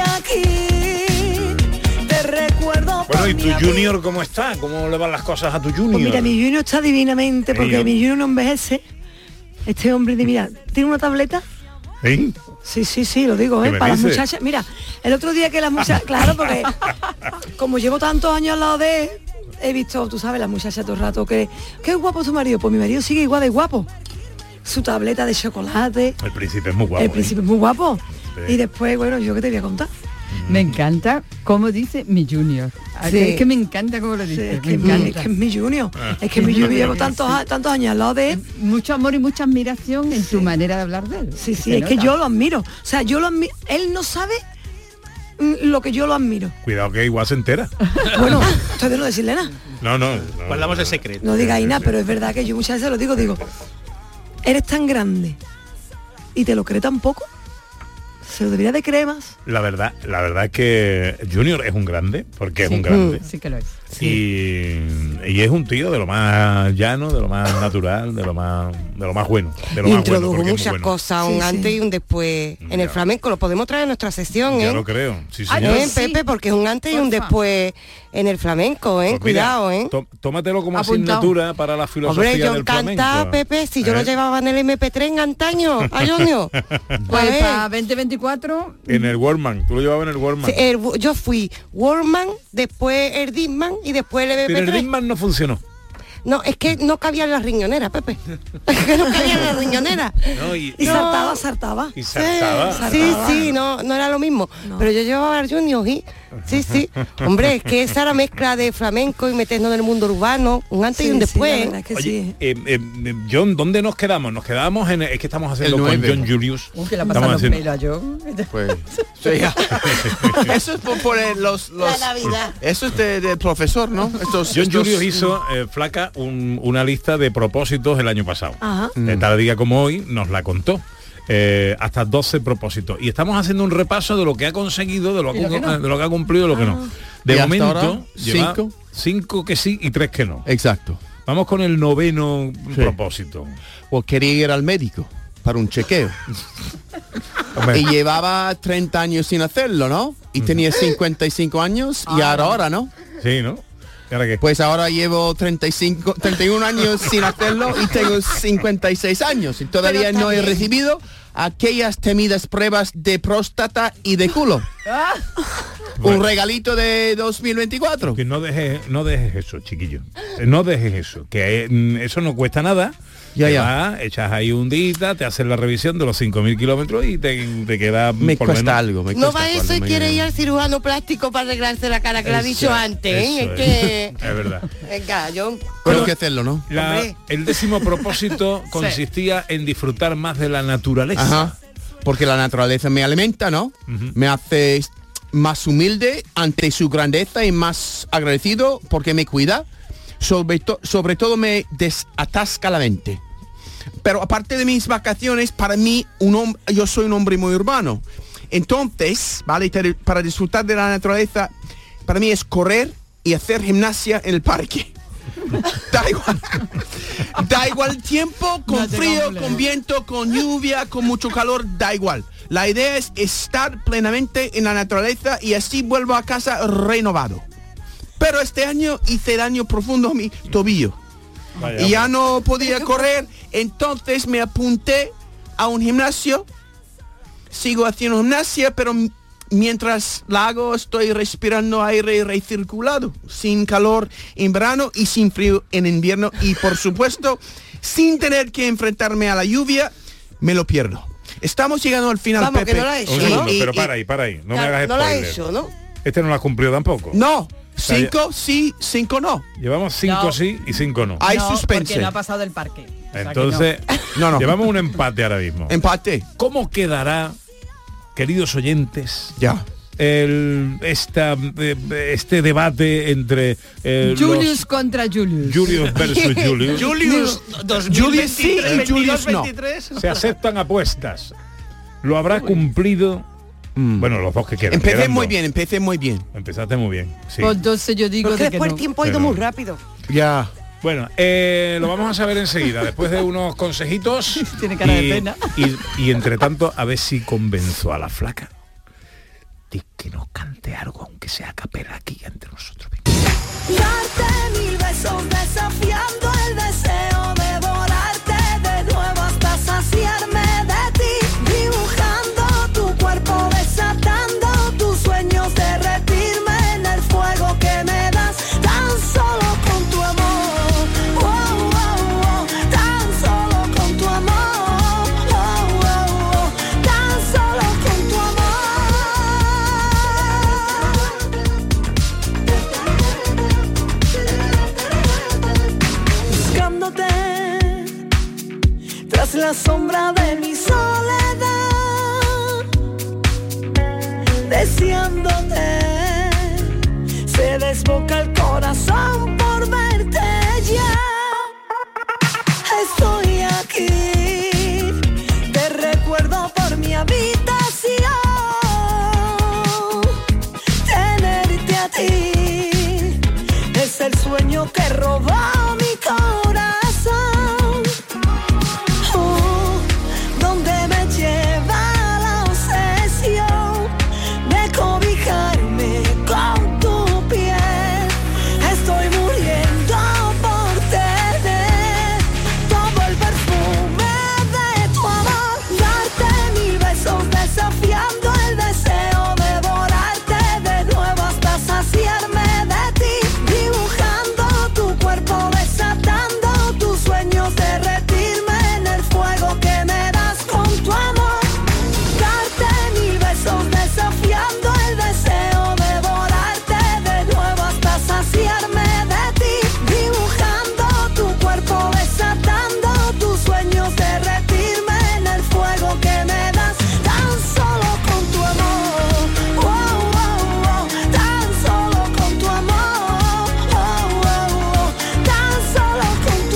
aquí, te recuerdo. Bueno, ¿y por tu mi Junior cómo está? ¿Cómo le van las cosas a tu Junior? Pues mira, mi Junior está divinamente porque Ello. mi Junior no envejece. Este hombre de, mira, tiene una tableta. ¿Sí? Sí, sí, sí, lo digo, ¿Qué ¿eh? me Para las dices? muchachas. Mira, el otro día que las muchachas, claro, porque como llevo tantos años al lado de él, he visto, tú sabes, las muchachas todo el rato que qué guapo tu marido. Pues mi marido sigue igual de guapo. Su tableta de chocolate. El príncipe es muy guapo. El príncipe es muy guapo. Sí. Y después, bueno, yo qué te voy a contar. Me encanta cómo dice mi Junior. Sí. Es que me encanta cómo lo Sí, dice. es, me que encanta. mi, es que es mi Junior. Es que mi Junior llevo tantos, a- tantos años al lado de él. Mucho amor y mucha admiración en tu manera de hablar de él. Sí, sí, Se es que nota. yo lo admiro. O sea, yo lo admiro. Él no sabe mm, lo que yo lo admiro. Cuidado que igual se entera. Bueno, todavía no decirle nada. No, no. no Guardamos el secreto. No digáis nada, pero es verdad que yo muchas veces lo digo, digo, eres tan grande y te lo cree tan poco. Se lo debería de creer más. La verdad, la verdad es que Junior es un grande, porque es Sí, un grande. Sí que lo es. Y, y es un tío de lo más llano, de lo más natural, de lo más de lo más bueno. De lo más Introdujo bueno, porque es muy muchas bueno. cosas, un Sí, antes sí. y un después en el flamenco. Lo podemos traer a nuestra sesión, Ya ¿eh? lo creo, sí Ay, señor. ¿eh, Pepe? Porque es un antes y un Porfa. después en el flamenco, ¿eh? Pues mira, Cuidado, ¿eh? tó- tómatelo como Apuntado. asignatura para la filosofía Hombre, yo del encanta, flamenco. Pepe, si yo ¿Eh? lo llevaba en el eme pe tres en antaño, a Junior. Pues A ver. para veinte veinticuatro En el Wordman, tú lo llevabas en el Wordman. Sí, el- yo fui Wordman, después el Disman y después el eme pe Pero el tres. Disman no funcionó. No, es que no cabía en la riñonera, Pepe. Es que no cabía en la riñonera. No, y, Y No. saltaba, saltaba. y saltaba. Sí, sí, no, no era lo mismo. Pero yo llevaba al Junior y sí, sí. Hombre, es que esa era mezcla de flamenco y meternos en el mundo urbano, un antes y Sí, un sí, después. la verdad es que Oye, sí. eh, eh, eh, John, ¿dónde nos quedamos? Nos quedamos en... Es que estamos haciendo El con nueve. John Julius. Uh, que la Estamos pasan los haciendo- pelos a yo. Pues, sí, ya. Eso es por poner los, los La Navidad. eso es de- del profesor, ¿no? Estos, John estos- Julius hizo, eh, Flaca, un- una lista de propósitos el año pasado. Ajá. Eh, tal día como hoy nos la contó. Eh, hasta doce propósitos. Y estamos haciendo un repaso de lo que ha conseguido, de lo, Y lo que no. de lo que ha cumplido y lo que no. De Y hasta momento, ahora, lleva cinco. cinco que sí y tres que no. Exacto. Vamos con el noveno Sí. propósito. Pues quería ir al médico para un chequeo. Hombre, Y llevaba treinta años sin hacerlo, ¿no? Y tenía cincuenta y cinco años y ahora, ahora, ¿no? sí, ¿no? ¿Y ahora qué? Pues ahora llevo treinta y cinco, treinta y uno años sin hacerlo y tengo cincuenta y seis años y todavía Pero no he también- recibido aquellas temidas pruebas de próstata y de culo. Un regalito de dos mil veinticuatro. Que no dejes, no dejes eso, chiquillo. Eh, No dejes eso. Que eh, eso no cuesta nada. Ya, Te ya. vas, echas ahí un día, te haces la revisión de los cinco mil kilómetros y te, te queda Me por cuesta menos- algo. Me No cuesta va eso cuando y me- quiere ir al cirujano plástico para arreglarse la cara, que lo ha Eso dicho es, antes, ¿eh? eso Es que... Es verdad. Venga, John. Tengo que hacerlo, ¿no? La- Hombre. el décimo propósito consistía en disfrutar más de la naturaleza. Ajá. Porque la naturaleza me alimenta, ¿no? Ujú. Me hace más humilde ante su grandeza y más agradecido porque me cuida. Sobre, to- sobre todo me desatasca la mente. Pero aparte de mis vacaciones, para mí, un hom- yo soy un hombre muy urbano. Entonces, ¿vale? Te- Para disfrutar de la naturaleza, para mí es correr y hacer gimnasia en el parque. Da igual. Da igual el tiempo, con frío, con viento, con lluvia, con mucho calor, da igual. La idea es estar plenamente en la naturaleza y así vuelvo a casa renovado. Pero este año hice daño profundo a mi tobillo. Vaya, Y ya no podía correr, entonces me apunté a un gimnasio. Sigo haciendo gimnasia, pero m- mientras la hago estoy respirando aire recirculado, sin calor en verano y sin frío en invierno. Y por supuesto, sin tener que enfrentarme a la lluvia, me lo pierdo. Estamos llegando al final, Vamos, Pepe. que no lo ha hecho, Un Y- segundo, y- pero y- para ahí, para ahí. No me Claro, hagas no lo ha spoiler. hecho, ¿no? Este no lo ha cumplido tampoco. No, sea, cinco sí, cinco no. Llevamos cinco No. sí y cinco no. Hay No, suspense. porque no ha pasado del parque. O sea que Entonces, No, no. llevamos un empate ahora mismo. Empate. ¿Cómo quedará, queridos oyentes, Ya. el, esta, este debate entre eh, Julius los, contra Julius. Julius versus Julius. Julius Julius sí y Julius no. Se aceptan apuestas. ¿Lo habrá cumplido? Mm. Bueno, los dos que quedan. Empecé quedan muy dos. bien, empecé muy bien. Empezaste muy bien. Sí. Pues entonces yo digo Porque de que después no. el tiempo ha ido Pero- muy rápido. Ya. Bueno, eh, lo vamos a saber enseguida, después de unos consejitos. Tiene cara de y, pena. Y, y entre tanto, a ver si convenzo a la flaca de que nos cante algo, aunque sea a capela aquí entre nosotros. Darte mil besos desafiando el deseo, devorarte de nuevo hasta saciarme de ti, dibujando tu cuerpo, desatando tus sueños, derretirme en el fuego que me das, tan solo con tu amor, oh, oh, oh, tan solo con tu amor, oh, oh, oh, tan solo con tu buscándote tras la sombra de mi soledad, deseándote, se desboca el corazón por verte ya. Estoy aquí, te recuerdo por mi habitación, tenerte a ti es el sueño que robó mi corazón. Oh, donde me lleva la obsesión de cobijarme con tu piel. Estoy muriendo por tener todo el perfume de tu amor. Darte mil besos desafiando el deseo, devorarte de nuevo hasta saciarme de ti, dibujando tu cuerpo, desatando tus sueños, derretirme en el fuego que me das con tu amor. Darte mil besos desafiando el deseo, devorarte de nuevo hasta saciarme de ti, dibujando tu cuerpo, desatando tus sueños, derretirme en el fuego que me das, tan solo con tu amor, oh, oh, oh, tan solo con tu amor, oh, oh, oh, tan solo con tu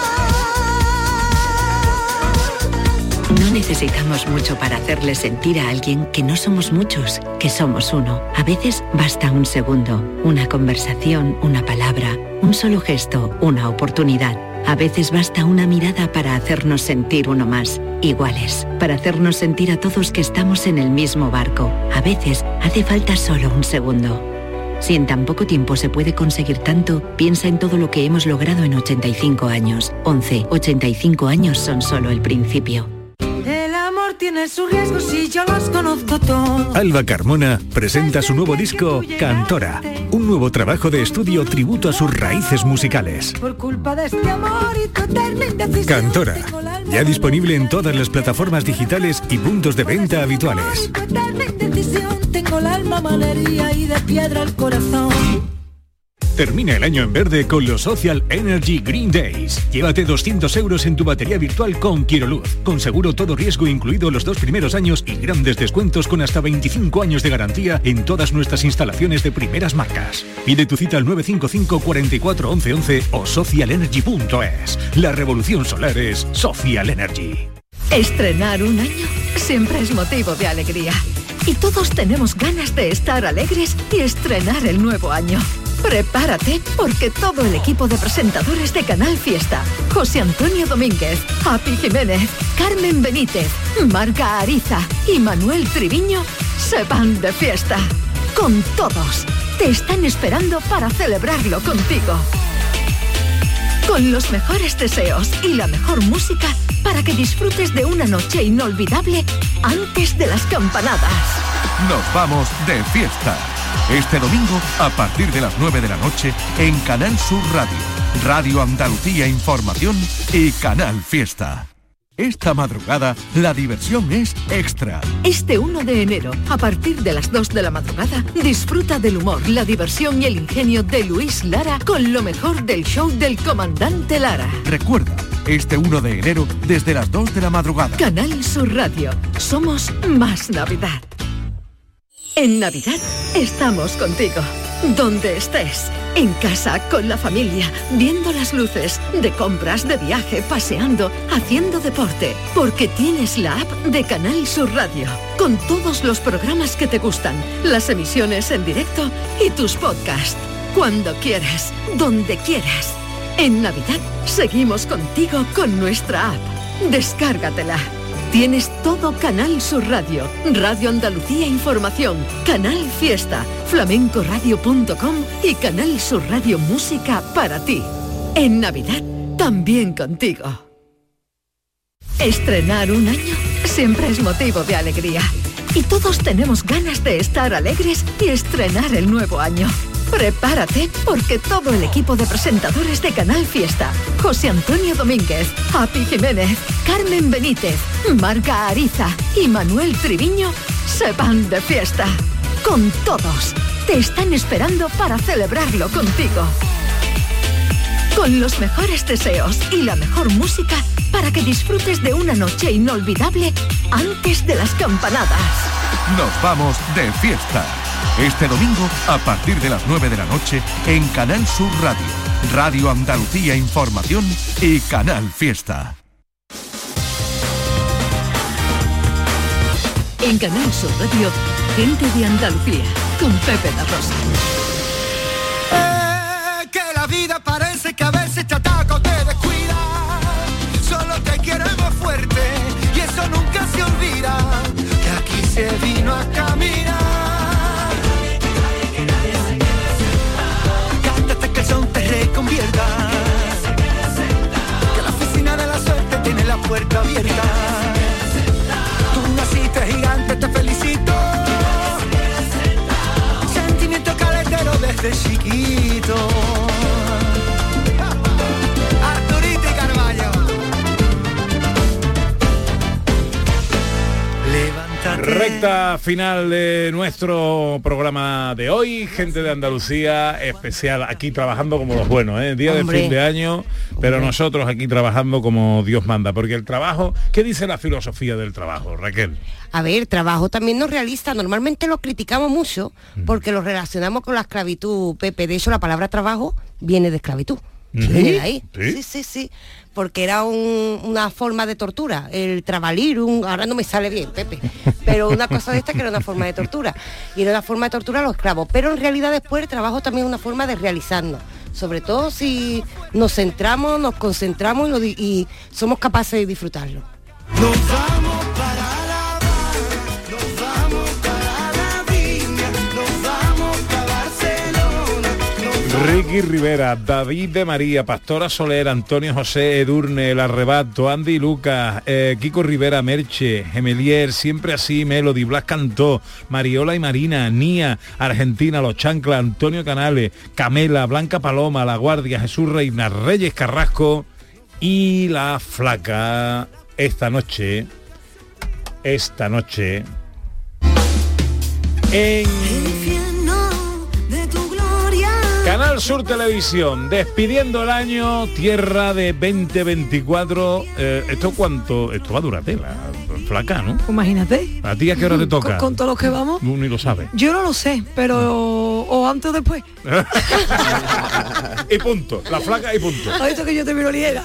amor. No necesitamos mucho para hacerle sentir a alguien que no somos muchos, que somos uno. A veces basta un segundo, una conversación, una palabra, un solo gesto, una oportunidad. A veces basta una mirada para hacernos sentir uno más, iguales, para hacernos sentir a todos que estamos en el mismo barco. A veces hace falta solo un segundo. Si en tan poco tiempo se puede conseguir tanto, piensa en todo lo que hemos logrado en ochenta y cinco años. once, ochenta y cinco años son solo el principio. El amor tiene sus riesgos y yo los conozco todos. Alba Carmona presenta su nuevo disco Cantora, un nuevo trabajo de estudio tributo a sus raíces musicales. Por culpa de este amor y tu eterna indecisión. Cantora, ya disponible en todas las plataformas digitales y puntos de venta habituales. Tu eterna indecisión. Tengo el alma malería y de piedra el corazón. Termina el año en verde con los Social Energy Green Days. Llévate doscientos euros en tu batería virtual con Quiroluz, con seguro todo riesgo incluido los dos primeros años y grandes descuentos con hasta veinticinco años de garantía en todas nuestras instalaciones de primeras marcas. Pide tu cita al nueve cinco cinco, cuatro cuatro, once once o social energy punto es. La revolución solar es Social Energy. Estrenar un año siempre es motivo de alegría. Y todos tenemos ganas de estar alegres y estrenar el nuevo año. Prepárate porque todo el equipo de presentadores de Canal Fiesta, José Antonio Domínguez, Api Jiménez, Carmen Benítez, Marga Ariza y Manuel Triviño se van de fiesta. Con todos. Te están esperando para celebrarlo contigo. Con los mejores deseos y la mejor música para que disfrutes de una noche inolvidable antes de las campanadas. Nos vamos de fiesta. Este domingo a partir de las nueve de la noche en Canal Sur Radio, Radio Andalucía Información y Canal Fiesta. Esta madrugada la diversión es extra. Este uno de enero, a partir de las dos de la madrugada, disfruta del humor, la diversión y el ingenio de Luis Lara con lo mejor del show del comandante Lara. Recuerda, este uno de enero desde las dos de la madrugada. Canal Sur Radio. Somos más Navidad. En Navidad estamos contigo. Donde estés, en casa, con la familia, viendo las luces, de compras, de viaje, paseando, haciendo deporte, porque tienes la app de Canal Sur Radio, con todos los programas que te gustan, las emisiones en directo y tus podcasts. Cuando quieras, donde quieras. En Navidad seguimos contigo con nuestra app. Descárgatela. Tienes todo Canal Sur Radio, Radio Andalucía Información, Canal Fiesta, flamencoradio punto com y Canal Sur Radio Música para ti. En Navidad, también contigo. Estrenar un año siempre es motivo de alegría. Y todos tenemos ganas de estar alegres y estrenar el nuevo año. Prepárate, porque todo el equipo de presentadores de Canal Fiesta, José Antonio Domínguez, Api Jiménez, Carmen Benítez, Marga Ariza y Manuel Triviño, se van de fiesta. Con todos. Te están esperando para celebrarlo contigo. Con los mejores deseos y la mejor música para que disfrutes de una noche inolvidable antes de las campanadas. Nos vamos de fiesta. Este domingo, a partir de las nueve de la noche, en Canal Sur Radio, Radio Andalucía Información y Canal Fiesta. En Canal Sur Radio, Gente de Andalucía, con Pepe La Rosa. Eh, que la vida parece que a veces te ataca o te descuida. Solo te queremos fuerte y eso nunca se olvida. Que aquí se vino a caminar. Convierta, que la oficina de la suerte tiene la puerta abierta. Tú naciste gigante, te felicito. Sentimiento caletero desde chiquito. Arturito y Carballo. Recta final de nuestro programa de hoy, Gente de Andalucía especial, aquí trabajando como los buenos, ¿eh? Día Hombre. de fin de año, pero Hombre. nosotros aquí trabajando como Dios manda, porque el trabajo, ¿qué dice la filosofía del trabajo, Raquel? A ver, trabajo también nos realiza, normalmente lo criticamos mucho porque lo relacionamos con la esclavitud, Pepe. De hecho, la palabra trabajo viene de esclavitud. ¿Sí? Viene de ahí. ¿Sí? sí, sí, sí. Porque era un, una forma de tortura. El trabalir, un, ahora no me sale bien, Pepe, pero una cosa de esta que era una forma de tortura. Y era una forma de tortura a los esclavos. Pero en realidad después el trabajo también es una forma de realizarnos. Sobre todo si nos centramos, nos concentramos y, lo, y somos capaces de disfrutarlo. Nos vamos para la mar, nos vamos para la viña, nos vamos para Barcelona. Nos Ricky Rivera, David de María, Pastora Soler, Antonio José, Edurne, El Arrebato, Andy Lucas, eh, Kiko Rivera, Merche, Gemelier, Siempre Así, Melody, Blas Cantó, Mariola y Marina, Nia, Argentina, Los Chanclas, Antonio Canales, Camela, Blanca Paloma, La Guardia, Jesús Reina, Reyes Carrasco y La Flaca. Esta noche, esta noche, en Canal Sur Televisión, despidiendo el año, tierra de veinte veinticuatro. Eh, ¿Esto cuánto? Esto va a durar tela, Flaca, ¿no? Imagínate. ¿A ti a qué hora te toca? Con, con todos los que vamos. No, ni lo sabes. Yo no lo sé, pero o antes o después. Y punto, La Flaca y punto. ¿Has visto que yo te miro liera?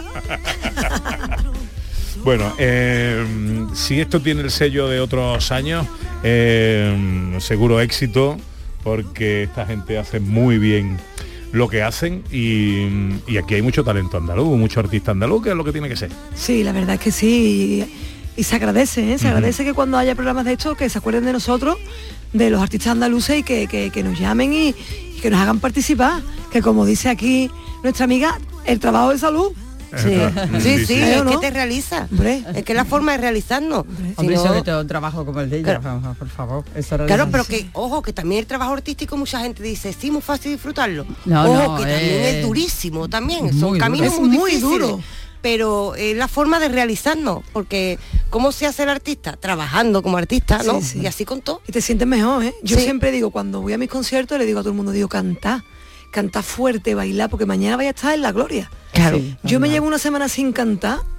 Bueno, eh, si esto tiene el sello de otros años, eh, seguro éxito, porque esta gente hace muy bien lo que hacen y, y aquí hay mucho talento andaluz, mucho artista andaluz, que es lo que tiene que ser. Sí, la verdad es que sí, y, y se agradece, ¿eh? se uh-huh. agradece que cuando haya programas de estos, que se acuerden de nosotros, de los artistas andaluces y que, que, que nos llamen y, y que nos hagan participar, que como dice aquí nuestra amiga, el trabajo de salud. Sí, sí, sí, sí, es ¿no? que te realiza. Hombre. Es que es la forma de realizarnos. Hombre, si no... sobre todo un trabajo como el de ella, claro. por favor. Eso claro, pero que, ojo, que también el trabajo artístico mucha gente dice, sí, muy fácil disfrutarlo. No, ojo, no, que eh... también es durísimo, también. Son caminos muy, muy, muy duros. Pero es la forma de realizarnos, porque ¿cómo se hace el artista? Trabajando como artista, ¿no? Sí, sí. Y así con todo. Y te sientes mejor, ¿eh? Yo sí. siempre digo, cuando voy a mis conciertos, le digo a todo el mundo, digo, cantá, cantá fuerte, bailar, porque mañana vaya a estar en la gloria. Claro. Sí, yo me llevo una semana sin cantar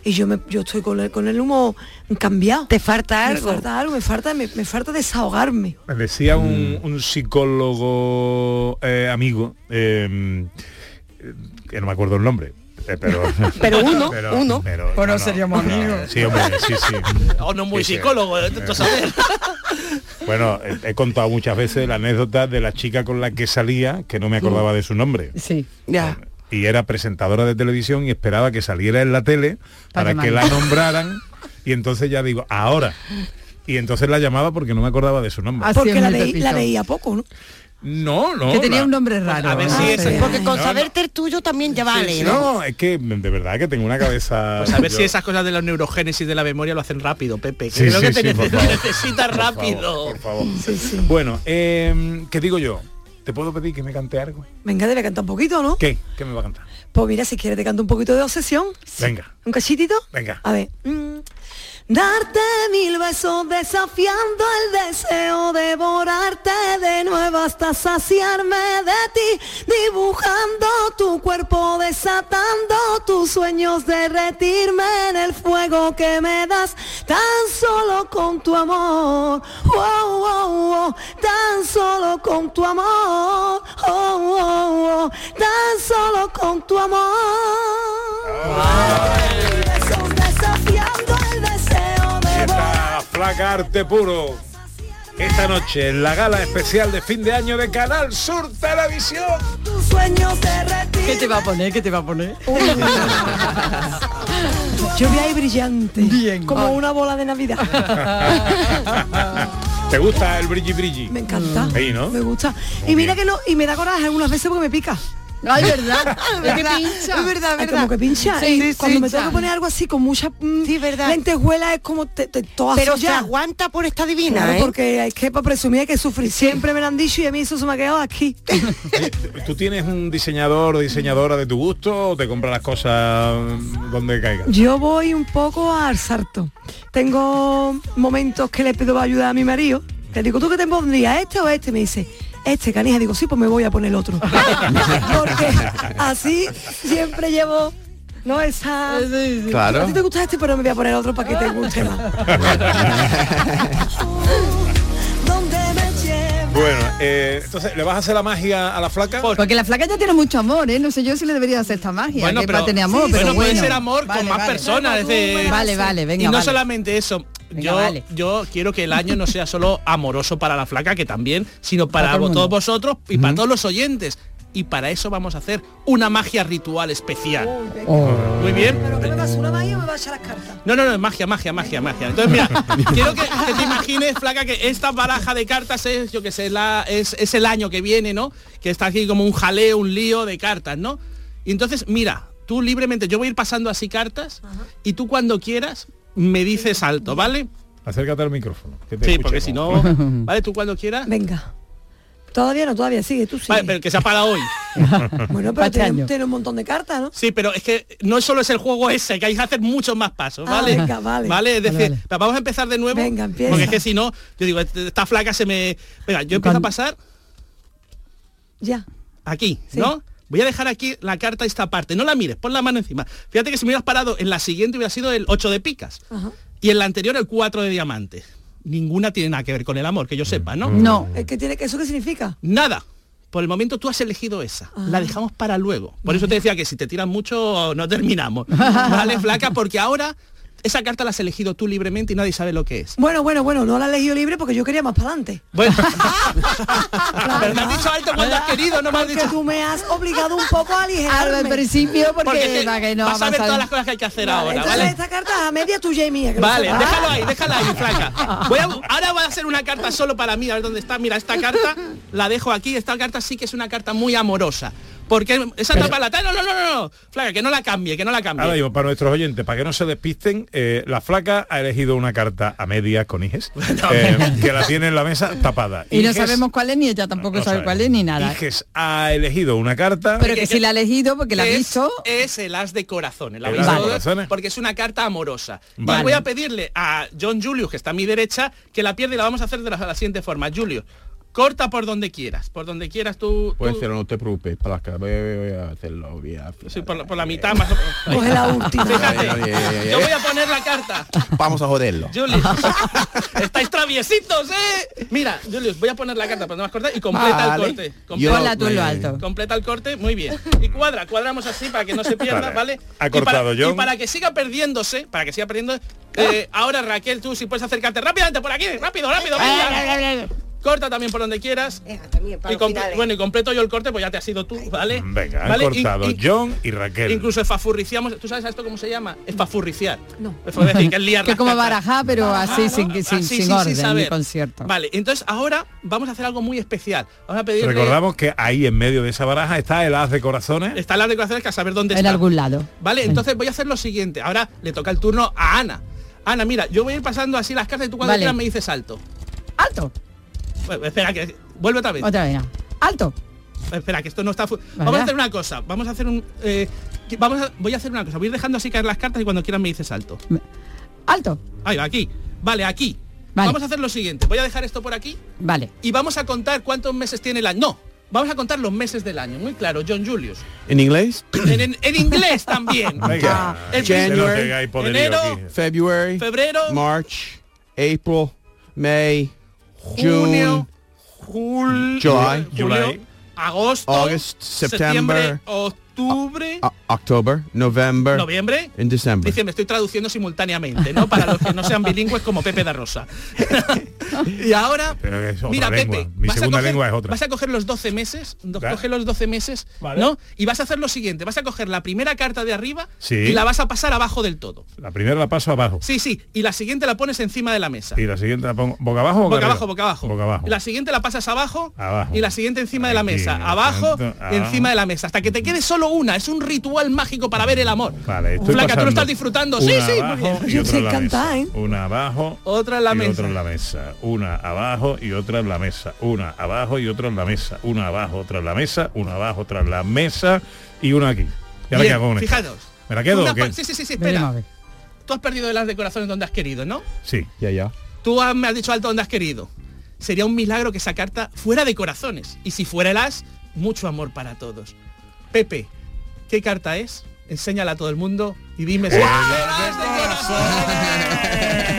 y yo me, yo estoy con el, con el humo cambiado. ¿Te falta algo? Me falta algo, me falta, me, me falta desahogarme. Me decía un, un psicólogo eh, amigo, eh, que no me acuerdo el nombre, eh, pero pero uno pero, uno pero, bueno no, seríamos no, amigos sí hombre sí sí o no muy sí, psicólogo sí. intento saber. Bueno, he, he contado muchas veces la anécdota de la chica con la que salía que no me acordaba de su nombre. Sí, ya. Y era presentadora de televisión y esperaba que saliera en la tele para, para que la nombraran y entonces ya digo ahora y entonces la llamaba porque no me acordaba de su nombre. Así porque la, leí, la leía poco, ¿no? No, no. Que tenía la, un nombre raro. A ver si es, porque con no, saberte no. el tuyo también ya vale, sí, sí, ¿no? No, es que de verdad que tengo una cabeza. Pues a ver yo... si esas cosas de la neurogénesis de la memoria lo hacen rápido, Pepe. Que Sí, creo sí, que te sí, neces- por favor. necesitas Por rápido. favor, por favor. Sí, sí. Bueno, eh, ¿qué digo yo? ¿Te puedo pedir que me cante algo? Venga, debe cantar un poquito, ¿no? ¿Qué? ¿Qué me va a cantar? Pues mira, si quieres te canto un poquito de obsesión. Venga. ¿Un cachitito? Venga. A ver. Mm. Darte mil besos desafiando el deseo, devorarte de nuevo hasta saciarme de ti, dibujando tu cuerpo, desatando tus sueños, derretirme en el fuego que me das tan solo con tu amor, oh, oh, oh, tan solo con tu amor, oh, oh, oh, tan solo con tu amor. Besos desafiando el deseo. Esta flaca arte puro. Esta noche en la gala especial de fin de año de Canal Sur Televisión. Tus sueños derretir. ¿Qué te va a poner? ¿Qué te va a poner? Yo vi ahí brillante. Bien. Como Ay. una bola de Navidad. ¿Te gusta el brilli brilli? Me encanta. Sí, ¿no? Me gusta. Muy Y mira bien. que no, y me da coraje algunas veces porque me pica. Ay, verdad. Es que verdad, pincha. es verdad, Ay, verdad. como que pincha. Sí, y sí, cuando me pincha. tengo que poner algo así con mucha mm, Sí, verdad. lentejuela es como te, te, todo Pero azul se ya. aguanta por esta divina, Claro, ¿eh? porque es que para presumir hay que sufrir. Siempre me lo han dicho y a mí eso se me ha quedado aquí. ¿Tú tienes un diseñador o diseñadora de tu gusto o te compras las cosas donde caigan? Yo voy un poco al sarto. Tengo momentos que le pido ayuda a mi marido. Le digo, ¿tú qué te pondrías, este o este? Me dice, este, canija. Digo, sí, pues me voy a poner el otro. Porque así siempre llevo, ¿no? Esa... Claro. A ti te gusta este, pero me voy a poner otro para que te guste más. Bueno, eh, entonces, ¿le vas a hacer la magia a la flaca? Porque la flaca ya tiene mucho amor, ¿eh? No sé yo si le debería hacer esta magia. Bueno, que pero, para tener amor, sí, pero bueno, bueno. puede ser amor Vale, con más vale. personas. es de- Vale, vale, venga, Y no vale. solamente eso. Venga, yo, vale. yo quiero que el año no sea solo amoroso para la flaca, que también, sino para, Para todo el todos mundo. vosotros y para todos los oyentes. Y para eso vamos a hacer una magia ritual especial. Muy bien. ¿Pero qué me vas? ¿Una magia o me vas a echar las cartas? No, no, no, es magia, magia, magia, magia. Entonces, mira, quiero que, que te imagines, flaca, que esta baraja de cartas es, yo que sé, la, es, es el año que viene, ¿no? Que está aquí como un jaleo, un lío de cartas, ¿no? Y entonces, mira, tú libremente, yo voy a ir pasando así cartas y tú cuando quieras me dices alto, ¿vale? Acércate al micrófono. que te Sí, porque escuchemos. si no, ¿vale? Tú cuando quieras. Venga. Todavía no, todavía sigue, tú sigue. Vale, pero que sea para hoy. Bueno, Para pero este tiene, año. tiene un montón de cartas, ¿no? Sí, pero es que no solo es el juego ese, que hay que hacer muchos más pasos, Ah, ¿vale? venga, vale. Es decir, Vale, vale. pero vamos a empezar de nuevo. Venga, empieza. Porque es que si no, yo digo, esta flaca se me... Venga, yo empiezo a pasar Ya. aquí, Sí. ¿no? Voy a dejar aquí la carta esta parte. No la mires, pon la mano encima. Fíjate que si me hubieras parado en la siguiente hubiera sido el ocho de picas. Ajá. Y en la anterior el cuatro de diamantes. Ninguna tiene nada que ver con el amor, que yo sepa, ¿no? No. Es que tiene, ¿eso qué significa? Nada. Por el momento tú has elegido esa. La dejamos para luego. Por eso te decía que si te tiran mucho no terminamos. ¿Vale, flaca? Porque ahora esa carta la has elegido tú libremente y nadie sabe lo que es. Bueno, bueno, bueno, no la he elegido libre porque yo quería más para adelante. Bueno. Pero me has dicho alto cuando has querido, no me has Porque dicho... tú me has obligado un poco a Al aligerarme. principio, porque, Porque es que para que no vas a ver avanzar- todas las cosas que hay que hacer Vale, ahora, entonces ¿vale? esta carta es a media tuya y mía. que lo Vale, sepas. déjalo ahí, déjala ahí, flaca. Voy a- ahora voy a hacer una carta solo para mí, a ver dónde está. Mira, esta carta la dejo aquí. Esta carta sí que es una carta muy amorosa. Porque esa tapa la... No, no, no, no, no. Flaca, que no la cambie, que no la cambie. Ahora digo, para nuestros oyentes, para que no se despisten, eh, la flaca ha elegido una carta a medias con Iges, eh, que la tiene en la mesa tapada. Y no Iges- sabemos cuál es, ni ella tampoco no sabe sabe. cuál es, ni nada. Iges ha elegido una carta. Pero que si la ha elegido, porque la ha es, visto... es el as de corazones, ¿la El habéis as de oído? corazones. Porque es una carta amorosa. Vale. Y voy a pedirle a John Julius, que está a mi derecha, que la pierda y la vamos a hacer de la, de la siguiente forma. Julius, Corta por donde quieras, por donde quieras tú. Puede tú- ser, no te preocupes, para acá voy a hacerlo bien. Sí, por, la, por la mitad más o menos. Coge la última. Fíjate, yo voy a poner la carta. Vamos a joderlo. Julius, estáis traviesitos, ¿eh? Mira, Julius, voy a poner la carta para no más cortar y completa Vale. el corte. Yo- Completa, Ponla tú en lo alto. Completa el corte, muy bien. Y cuadra, cuadramos así para que no se pierda, Vale. ¿vale? Ha Y para- cortado y John. para que siga perdiéndose, para que siga perdiendo, eh, ahora Raquel, tú si puedes acercarte rápidamente por aquí, rápido, rápido, venga. Corta también por donde quieras. Y comple- bueno, y completo yo el corte, pues ya te has ido tú, ¿vale? Venga, han ¿Vale? cortado Y- y- John y Raquel. Incluso esfafurriciamos. ¿Tú sabes a esto cómo se llama? Esfafurriciar. No. Es decir, que es liar Que las como cartas. barajar, pero así, sin, sin, Así, sin sin orden, ni saber. concierto. Vale, entonces ahora vamos a hacer algo muy especial. Vamos a pedirle... Recordamos que ahí en medio de esa baraja está el haz de corazones. Está las decoraciones que a saber dónde En está. algún lado. Vale, entonces voy a hacer lo siguiente. Ahora le toca el turno a Ana. Ana, mira, yo voy a ir pasando así las cartas y tú cuando Vale. quieras me dices alto. ¡Alto! Bueno, espera, que vuelve otra vez. Otra vez. ¡Alto! Espera, que esto no está... fu- Vamos Vale. a hacer una cosa. Vamos a hacer un... eh, que- vamos a, voy a hacer una cosa. Voy a ir dejando así caer las cartas y cuando quieras me dices alto. ¡Alto! Ahí va, aquí. Vale, aquí. Vale. Vamos a hacer lo siguiente. Voy a dejar esto por aquí Vale. y vamos a contar cuántos meses tiene el año. No, vamos a contar los meses del año. Muy claro, John Julius. ¿En inglés? En, en- en inglés también. Venga, El January, hay poderío enero, aquí. February, febrero, March, April, May, junio, June, jul- July, julio, agosto, August, septiembre, September, octubre, O- October, November, noviembre. en December. Dice, me estoy traduciendo simultáneamente, ¿no? Para los que no sean bilingües como Pepe da Rosa. Y ahora, Pero es otra mira, lengua. Pepe, Mi vas a, segunda coger, lengua es otra. vas a coger los doce meses, do- ¿Va? coge los doce meses, Vale. ¿no? Y vas a hacer lo siguiente, vas a coger la primera carta de arriba Sí. y la vas a pasar abajo del todo. La primera la paso abajo. Sí, sí, y la siguiente la pones encima de la mesa. Y la siguiente la pongo boca abajo o boca, Boca arriba? abajo, boca abajo. Boca abajo. Y la siguiente la pasas abajo, Abajo. y la siguiente encima de la Aquí, mesa. en el Abajo centro, y abajo. encima de la mesa. Hasta que te quede solo una. Es un ritual mágico para ver el amor. Vale, estoy Flaca, tú lo pasando estás disfrutando. Sí, una sí, muy abajo bien. y otra en la encanta, mesa. ¿eh? Una abajo. Otra en la y mesa. otra en la mesa. Una abajo y otra en la mesa. Una abajo y otra en la mesa. Una abajo, otra en la mesa. Una abajo, otra en la mesa. Y una aquí. ¿Y ahora Bien, qué hago con esto? fijaros. ¿Me la quedo Una o qué? pa- Sí, sí, sí, sí, Veremos a espera. ver. Tú has perdido de las decoraciones donde has querido, ¿no? Sí. Ya, ya. Tú has- me has dicho alto donde has querido. Sería un milagro que esa carta fuera de corazones. Y si fuera el as, mucho amor para todos. Pepe, ¿qué carta es? Enséñala a todo el mundo y dime si es el as de corazones.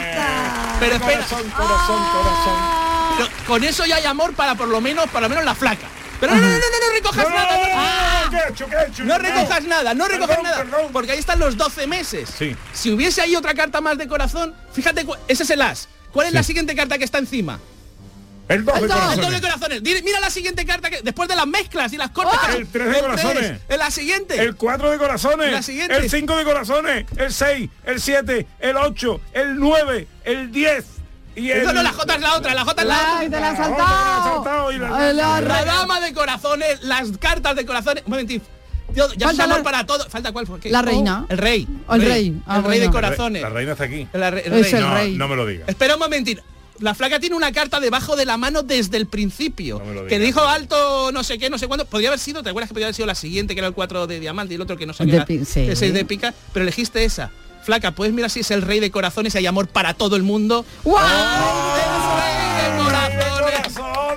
Pero espera. Corazón, corazón, corazón. Pero con eso ya hay amor para por lo menos, para lo menos la flaca. Pero no, no, no, no, no recojas No, no, nada. no, no, Ah, no, ¿qué he hecho, qué he hecho? no No. recojas nada, no recojas Perdón, nada. perdón. Porque ahí están los doce meses. Sí. Si hubiese ahí otra carta más de corazón, fíjate, cu- ese es el as. ¿Cuál es Sí. la siguiente carta que está encima? El dos de El dos corazones. de corazones. Di- Mira la siguiente carta que después de las mezclas y las cortas. que- El tres de corazones. En la siguiente. El cuatro de corazones. La siguiente. El cinco de corazones. El seis, el siete, el ocho, el nueve, el diez. Y el... No, no, la J es la otra, la J es la ¡Ay, otra. te la has La otra, la has saltado! saltado y la- Ay, la La re- dama de corazones, las cartas de corazones. Un momentín. Yo- ya Falta es amor la- para todo. Falta cuál fue. ¿Qué? La reina. El rey. O el rey. Ah, el rey de bueno. corazones. La reina está aquí. La re- el Es rey. el no, rey. no me lo digas. Espera un momentín. La flaca tiene una carta debajo de la mano desde el principio. No me lo que digas. dijo alto no sé qué, no sé cuándo. Podría haber sido, ¿te acuerdas que podría haber sido la siguiente, que era el cuatro de diamante y el otro que no sé De qué era, pi- sí. el seis de pica? Pero elegiste esa. Flaca, ¿puedes mirar si es el rey de corazones y hay amor para todo el mundo? ¡Guau! ¡El rey de corazones!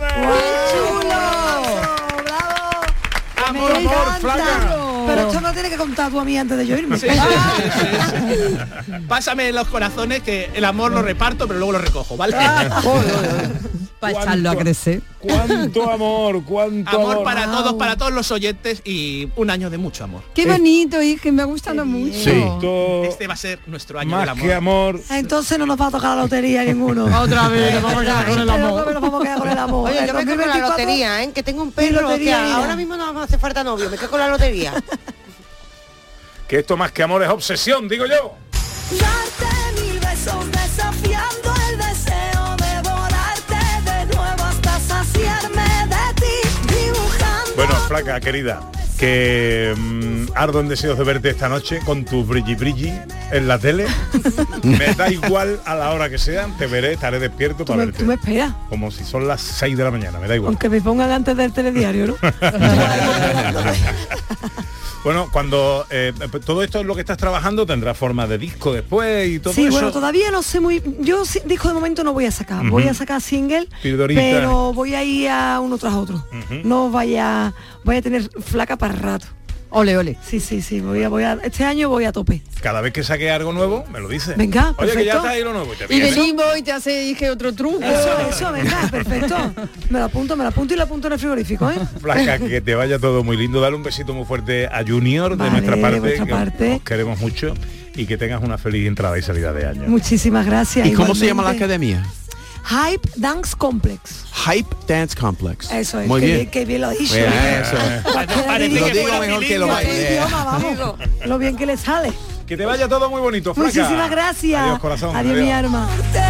Amor, Me amor, encanta. flaca. Pero esto no tiene que contar tú a mí antes de yo irme. Sí, sí, sí, sí, sí. Pásame los corazones que el amor lo reparto, pero luego lo recojo, ¿vale? Para echarlo a crecer. Cuánto amor, cuánto amor. Amor para todos, para todos los oyentes y un año de mucho amor. Qué bonito, hija, me ha gustado mucho. Sí. Todo Este va a ser nuestro año más del amor. que amor. Entonces no nos va a tocar la lotería ninguno. Otra vez, nos vamos a quedar con el Pero amor. que nos vamos a quedar con el amor. Oye, El yo me quedo con la dos mil veinticuatro lotería, ¿eh? Que tengo un y perro lotería, que mira. ahora mismo no me hace falta novio, me quedo con la lotería. Que esto más que amor es obsesión, digo yo. Darte mil besos desafiando el deseo de volarte de nuevo hasta saciarme de ti, dibujando. Bueno, flaca, querida, que mm, ardo en deseos de verte esta noche con tu brilli brilli en la tele. Me da igual a la hora que sea, te veré, estaré despierto Tú para me, verte. tú me esperas. Como si son las seis de la mañana, me da igual. Aunque me pongan antes del telediario, ¿no? Bueno, cuando eh, todo esto es lo que estás trabajando, tendrá forma de disco después y todo sí, eso. Sí, bueno, todavía no sé muy... Yo sí, disco de momento no voy a sacar. Uh-huh. Voy a sacar single, Pildorita. Pero voy a ir a uno tras otro. Uh-huh. No vaya... Voy a tener flaca para rato. Ole, ole. Sí, sí, sí, voy a, voy a, este año voy a tope. Cada vez que saque algo nuevo, me lo dices. Venga, Oye, perfecto. que ya está ahí lo nuevo. Y venimos y te hace dije otro truco. Eso, eso, venga, perfecto. Me lo apunto, me lo apunto y lo apunto en el frigorífico, ¿eh? Flaca, que te vaya todo muy lindo. Dale un besito muy fuerte a Junior, vale, de nuestra parte, de que parte. Os queremos mucho y que tengas una feliz entrada y salida de año. Muchísimas gracias. ¿Y igualmente. Cómo se llama la academia? Hype Dance Complex. Hype Dance Complex. Eso es. Muy que bien. bien. Que bien lo ha dicho. Bueno, eso. Lo digo mejor que lo baile. Vamos, lo bien que le sale. Que te vaya todo muy bonito, Flaca. Muchísimas gracias. Adiós, corazón. Adiós, Adiós. mi arma.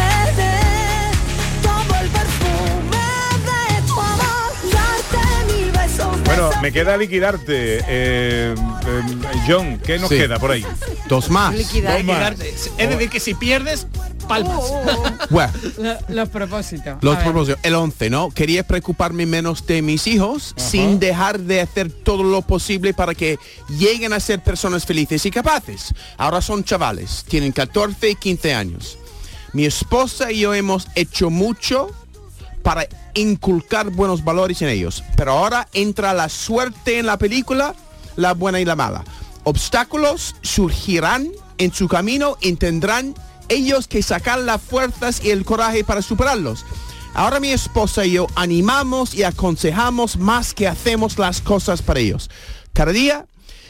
Bueno, me queda liquidarte. Eh, eh, John, ¿qué nos sí. queda por ahí? Dos más. Liquidar. Dos más. Es decir, que si pierdes, palmas. Oh, oh, oh. Bueno, los, los propósitos. Los propósitos. El once, ¿no? Quería preocuparme menos de mis hijos, uh-huh. sin dejar de hacer todo lo posible para que lleguen a ser personas felices y capaces. Ahora son chavales, tienen catorce y quince años. Mi esposa y yo hemos hecho mucho para inculcar buenos valores en ellos. Pero ahora entra la suerte en la película, la buena y la mala. Obstáculos surgirán en su camino y tendrán ellos que sacar las fuerzas y el coraje para superarlos. Ahora mi esposa y yo animamos y aconsejamos más que hacemos las cosas para ellos. Cada día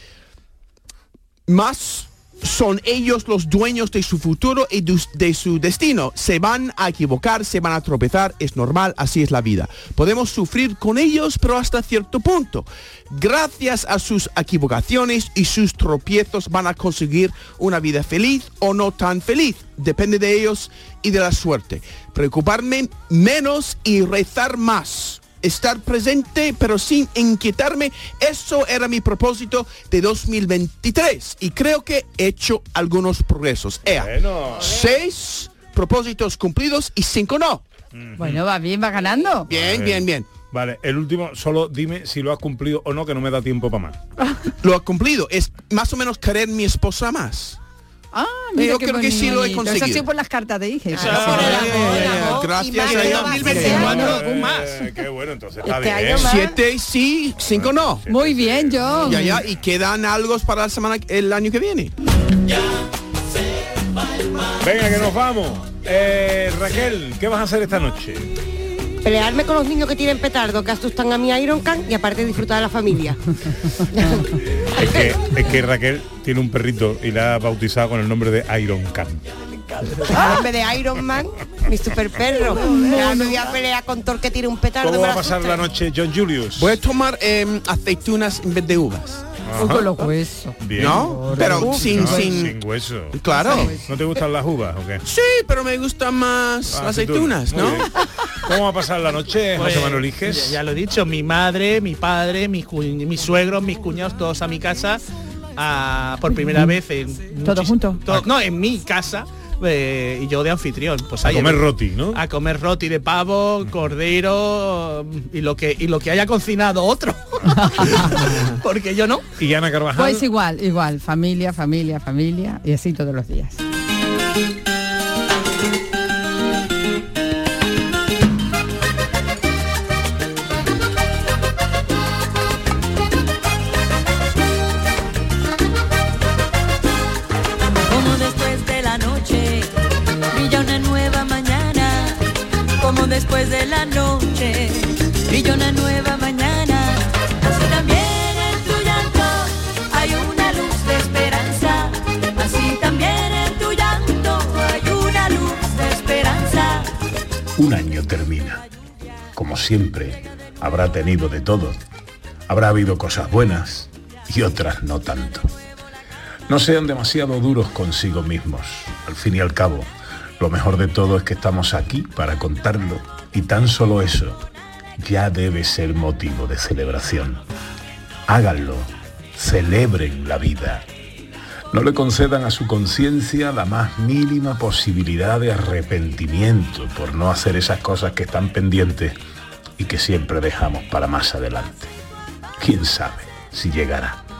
más son ellos los dueños de su futuro y de su destino. Se van a equivocar, se van a tropezar, es normal, así es la vida. Podemos sufrir con ellos, pero hasta cierto punto. Gracias a sus equivocaciones y sus tropiezos van a conseguir una vida feliz o no tan feliz. Depende de ellos y de la suerte. Preocuparme menos y rezar más. Estar presente pero sin inquietarme, eso era mi propósito de dos mil veintitrés y creo que he hecho algunos progresos. Ea, bueno. Seis propósitos cumplidos y cinco no. Bueno, va bien, va ganando. Bien, bien, bien. Vale, el último, solo dime si lo has cumplido o no, que no me da tiempo para más. Lo ha cumplido, es más o menos querer mi esposa más. Ah, mira, yo creo bonito. que sí lo he conseguido. Eso sí por las cartas de hija. Ah, gracias a Dios. Qué bueno, entonces está este bien. Siete sí, cinco no. Siete, muy bien, John. Ya, ya, y quedan algo para la semana, el año que viene. Venga, que nos vamos. Eh, Raquel, ¿qué vas a hacer esta noche? Pelearme con los niños que tienen petardo, que asustan a mi Iron Can y aparte disfrutar de la familia. Es que, es que Raquel tiene un perrito y la ha bautizado con el nombre de Iron Can. En vez de Iron Man, mi super perro. Ya me voy a pelear con Thor que tiene un petardo. ¿Cómo va a pasar la noche, John Julius? Voy a tomar eh, aceitunas en vez de uvas. Con los huesos. Bien. ¿No? Pero Uf, sin, no, sin... sin hueso. Claro. ¿No te gustan las uvas o qué? Sí, pero me gustan más ah, las aceitunas, ¿no? ¿Cómo va a pasar la noche, pues, José Manuel Iges? Ya, ya lo he dicho, mi madre, mi padre, mis, mis suegros, mis cuñados, todos a mi casa, a, por primera vez en... ¿Todos juntos? To, no, en mi casa. Eh, y yo de anfitrión, pues a comer roti, ¿no? A comer roti de pavo, cordero y lo que y lo que haya cocinado otro. Porque yo no. Y Ana Carvajal. Pues igual, igual, familia, familia, familia y así todos los días. Después de la noche brilla una nueva mañana, así también en tu llanto hay una luz de esperanza, así también en tu llanto hay una luz de esperanza. Un año termina, como siempre habrá tenido de todo, habrá habido cosas buenas y otras no tanto. No sean demasiado duros consigo mismos, al fin y al cabo. Lo mejor de todo es que estamos aquí para contarlo y tan solo eso ya debe ser motivo de celebración. Háganlo, celebren la vida. No le concedan a su conciencia la más mínima posibilidad de arrepentimiento por no hacer esas cosas que están pendientes y que siempre dejamos para más adelante. ¿Quién sabe si llegará?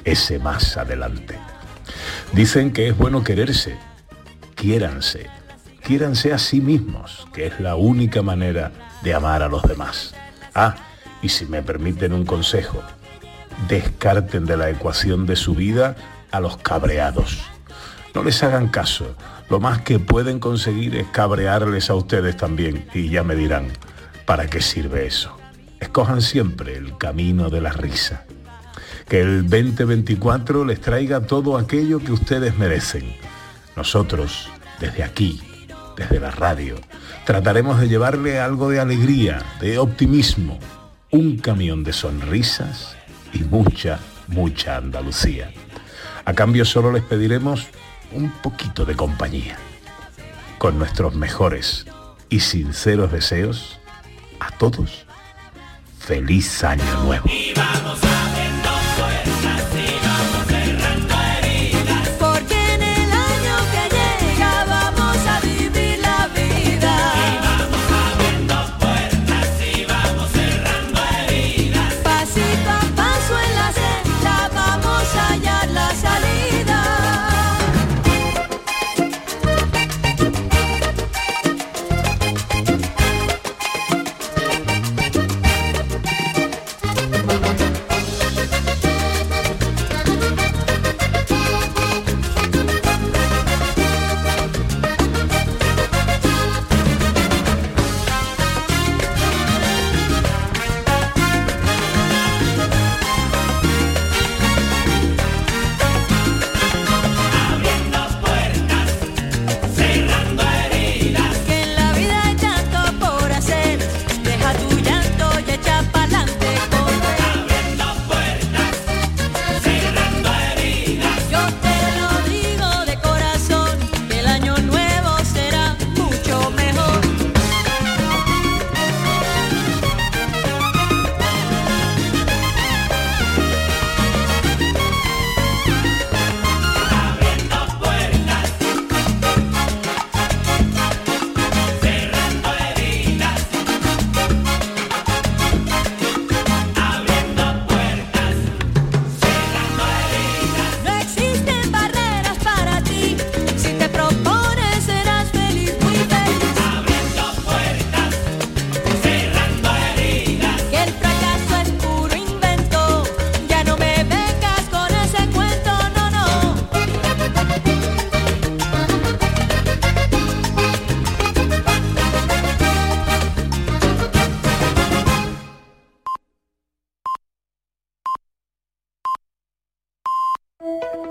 ese más adelante. Dicen que es bueno quererse. Quiéranse. Quiéranse a sí mismos, que es la única manera de amar a los demás. Ah, y si me permiten un consejo, descarten de la ecuación de su vida a los cabreados. No les hagan caso. Lo más que pueden conseguir es cabrearles a ustedes también, y ya me dirán, ¿para qué sirve eso? Escojan siempre el camino de la risa. Que el veinte veinticuatro les traiga todo aquello que ustedes merecen. Nosotros, desde aquí, desde la radio, trataremos de llevarle algo de alegría, de optimismo, un camión de sonrisas y mucha, mucha Andalucía. A cambio solo les pediremos un poquito de compañía. Con nuestros mejores y sinceros deseos, a todos, feliz año nuevo. Y vamos a